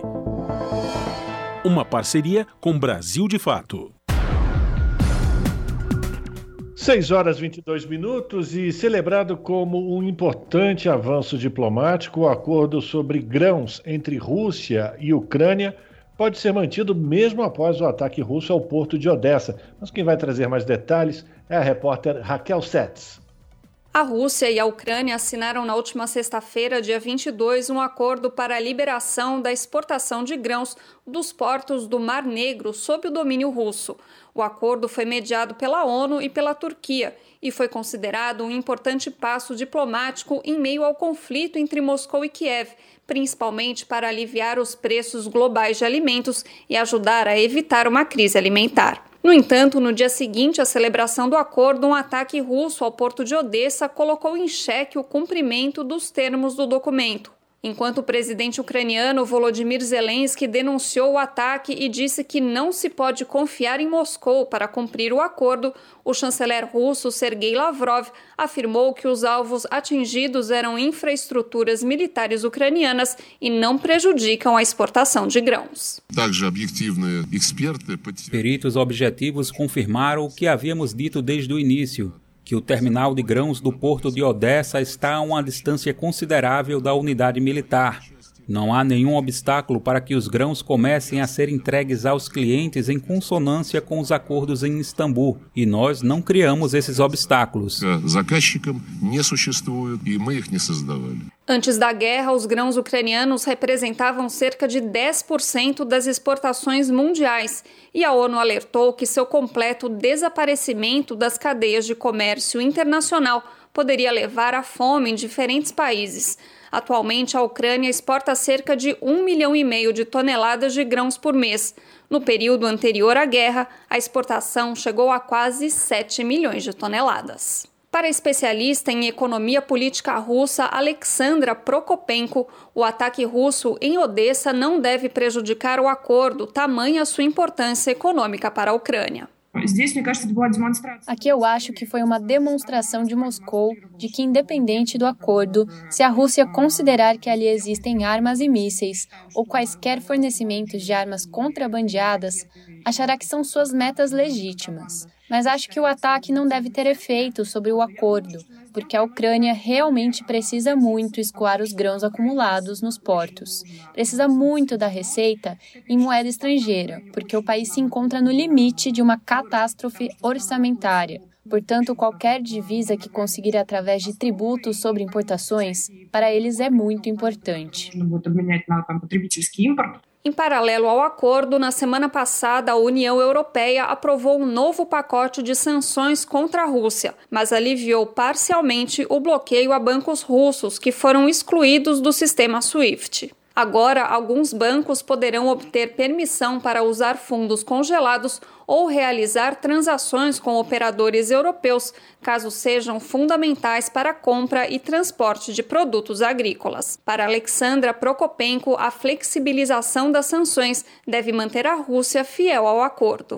Uma parceria com Brasil de Fato. seis horas e vinte e dois minutos e celebrado como um importante avanço diplomático, o acordo sobre grãos entre Rússia e Ucrânia pode ser mantido mesmo após o ataque russo ao porto de Odessa. Mas quem vai trazer mais detalhes é a repórter Raquel Setz. A Rússia e a Ucrânia assinaram na última sexta-feira, dia vinte e dois, um acordo para a liberação da exportação de grãos dos portos do Mar Negro sob o domínio russo. O acordo foi mediado pela ONU e pela Turquia e foi considerado um importante passo diplomático em meio ao conflito entre Moscou e Kiev, principalmente para aliviar os preços globais de alimentos e ajudar a evitar uma crise alimentar. No entanto, no dia seguinte à celebração do acordo, um ataque russo ao porto de Odessa colocou em xeque o cumprimento dos termos do documento. Enquanto o presidente ucraniano Volodymyr Zelensky denunciou o ataque e disse que não se pode confiar em Moscou para cumprir o acordo, o chanceler russo Sergei Lavrov afirmou que os alvos atingidos eram infraestruturas militares ucranianas e não prejudicam a exportação de grãos. Peritos objetivos confirmaram o que havíamos dito desde o início, que o terminal de grãos do porto de Odessa está a uma distância considerável da unidade militar. Não há nenhum obstáculo para que os grãos comecem a ser entregues aos clientes em consonância com os acordos em Istambul, e nós não criamos esses obstáculos. Antes da guerra, os grãos ucranianos representavam cerca de dez por cento das exportações mundiais, e a ONU alertou que seu completo desaparecimento das cadeias de comércio internacional poderia levar à fome em diferentes países. Atualmente, a Ucrânia exporta cerca de um milhão e meio de toneladas de grãos por mês. No período anterior à guerra, a exportação chegou a quase sete milhões de toneladas. Para a especialista em economia política russa Alexandra Prokopenko, o ataque russo em Odessa não deve prejudicar o acordo, tamanha sua importância econômica para a Ucrânia. Aqui eu acho que foi uma demonstração de Moscou de que, independente do acordo, se a Rússia considerar que ali existem armas e mísseis ou quaisquer fornecimentos de armas contrabandeadas, achará que são suas metas legítimas. Mas acho que o ataque não deve ter efeito sobre o acordo, porque a Ucrânia realmente precisa muito escoar os grãos acumulados nos portos. Precisa muito da receita em moeda estrangeira, porque o país se encontra no limite de uma catástrofe orçamentária. Portanto, qualquer divisa que conseguir através de tributos sobre importações, para eles é muito importante. Em paralelo ao acordo, na semana passada, a União Europeia aprovou um novo pacote de sanções contra a Rússia, mas aliviou parcialmente o bloqueio a bancos russos que foram excluídos do sistema SWIFT. Agora, alguns bancos poderão obter permissão para usar fundos congelados ou realizar transações com operadores europeus, caso sejam fundamentais para a compra e transporte de produtos agrícolas. Para Alexandra Prokopenko, a flexibilização das sanções deve manter a Rússia fiel ao acordo.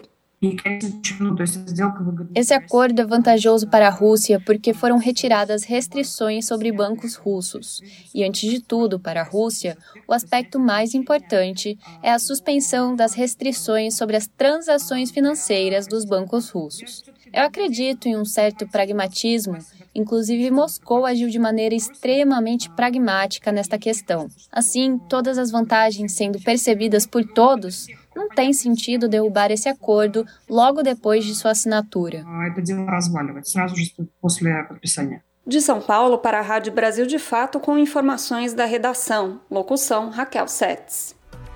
Esse acordo é vantajoso para a Rússia porque foram retiradas restrições sobre bancos russos. E, antes de tudo, para a Rússia, o aspecto mais importante é a suspensão das restrições sobre as transações financeiras dos bancos russos. Eu acredito em um certo pragmatismo, inclusive Moscou agiu de maneira extremamente pragmática nesta questão. Assim, todas as vantagens sendo percebidas por todos, não tem sentido derrubar esse acordo logo depois de sua assinatura. De São Paulo para a Rádio Brasil de Fato, com informações da redação. Locução, Raquel Setes.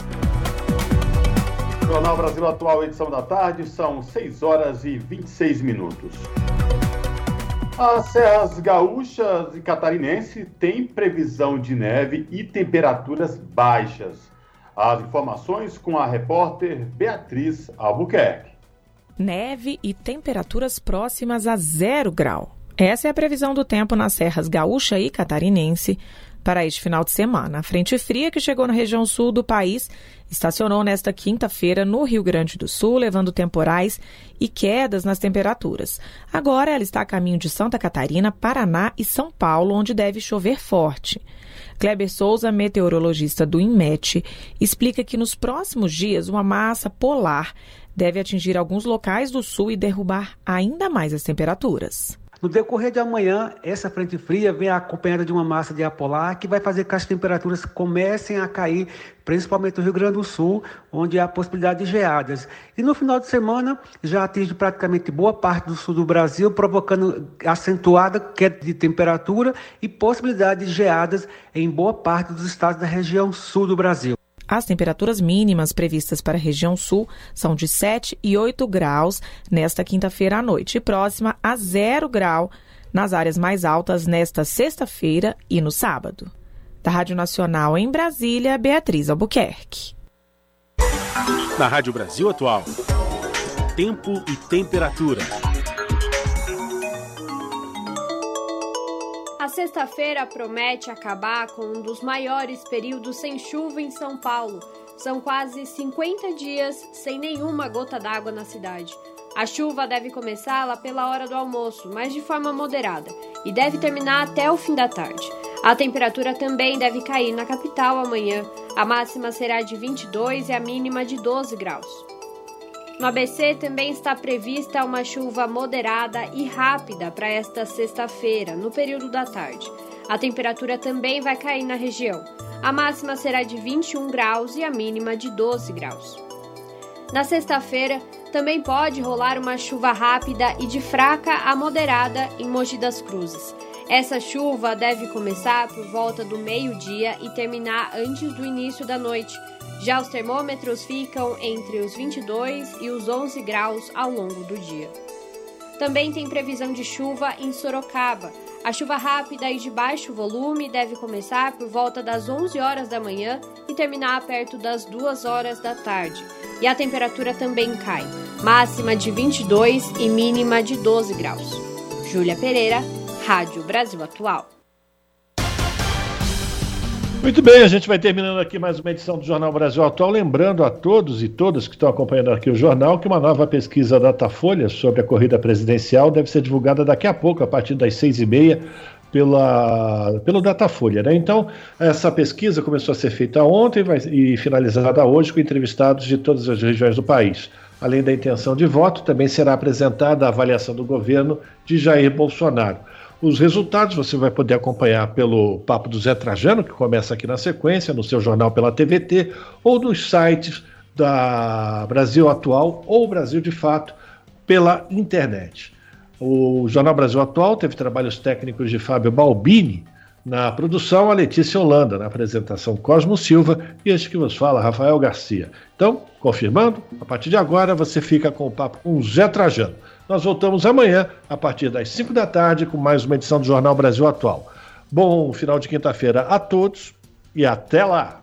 Jornal Brasil Atual, edição da tarde, são seis horas e vinte e seis minutos. As serras gaúchas e catarinense têm previsão de neve e temperaturas baixas. As informações com a repórter Beatriz Albuquerque. Neve e temperaturas próximas a zero grau. Essa é a previsão do tempo nas serras gaúcha e catarinense para este final de semana. A frente fria que chegou na região sul do país estacionou nesta quinta-feira no Rio Grande do Sul, levando temporais e quedas nas temperaturas. Agora ela está a caminho de Santa Catarina, Paraná e São Paulo, onde deve chover forte. Kleber Souza, meteorologista do INMET, explica que nos próximos dias uma massa polar deve atingir alguns locais do sul e derrubar ainda mais as temperaturas. No decorrer de amanhã, essa frente fria vem acompanhada de uma massa de ar polar que vai fazer com que as temperaturas comecem a cair, principalmente no Rio Grande do Sul, onde há possibilidade de geadas. E no final de semana, já atinge praticamente boa parte do sul do Brasil, provocando acentuada queda de temperatura e possibilidade de geadas em boa parte dos estados da região sul do Brasil. As temperaturas mínimas previstas para a região sul são de sete e oito graus nesta quinta-feira à noite e próxima a zero grau nas áreas mais altas nesta sexta-feira e no sábado. Da Rádio Nacional em Brasília, Beatriz Albuquerque. Na Rádio Brasil Atual, tempo e temperatura. A sexta-feira promete acabar com um dos maiores períodos sem chuva em São Paulo. São quase cinquenta dias sem nenhuma gota d'água na cidade. A chuva deve começar lá pela hora do almoço, mas de forma moderada, e deve terminar até o fim da tarde. A temperatura também deve cair na capital amanhã. A máxima será de vinte e dois e a mínima de doze graus. No A B C também está prevista uma chuva moderada e rápida para esta sexta-feira, no período da tarde. A temperatura também vai cair na região. A máxima será de vinte e um graus e a mínima de doze graus. Na sexta-feira, também pode rolar uma chuva rápida e de fraca a moderada em Mogi das Cruzes. Essa chuva deve começar por volta do meio-dia e terminar antes do início da noite. Já os termômetros ficam entre os vinte e dois e os onze graus ao longo do dia. Também tem previsão de chuva em Sorocaba. A chuva rápida e de baixo volume deve começar por volta das onze horas da manhã e terminar perto das duas horas da tarde. E a temperatura também cai, máxima de vinte e dois e mínima de doze graus. Júlia Pereira, Rádio Brasil Atual. Muito bem, a gente vai terminando aqui mais uma edição do Jornal Brasil Atual, lembrando a todos e todas que estão acompanhando aqui o jornal que uma nova pesquisa Datafolha sobre a corrida presidencial deve ser divulgada daqui a pouco, a partir das seis e meia, pela, pelo Datafolha, né? Então, essa pesquisa começou a ser feita ontem vai, e finalizada hoje com entrevistados de todas as regiões do país. Além da intenção de voto, também será apresentada a avaliação do governo de Jair Bolsonaro. Os resultados você vai poder acompanhar pelo Papo do Zé Trajano, que começa aqui na sequência, no seu jornal pela T V T, ou nos sites da Brasil Atual ou Brasil de Fato pela internet. O Jornal Brasil Atual teve trabalhos técnicos de Fábio Balbini, na produção a Letícia Holanda, na apresentação Cosmo Silva e este que vos fala, Rafael Garcia. Então, confirmando, a partir de agora você fica com o Papo com o Zé Trajano. Nós voltamos amanhã, a partir das cinco da tarde, com mais uma edição do Jornal Brasil Atual. Bom final de quinta-feira a todos e até lá!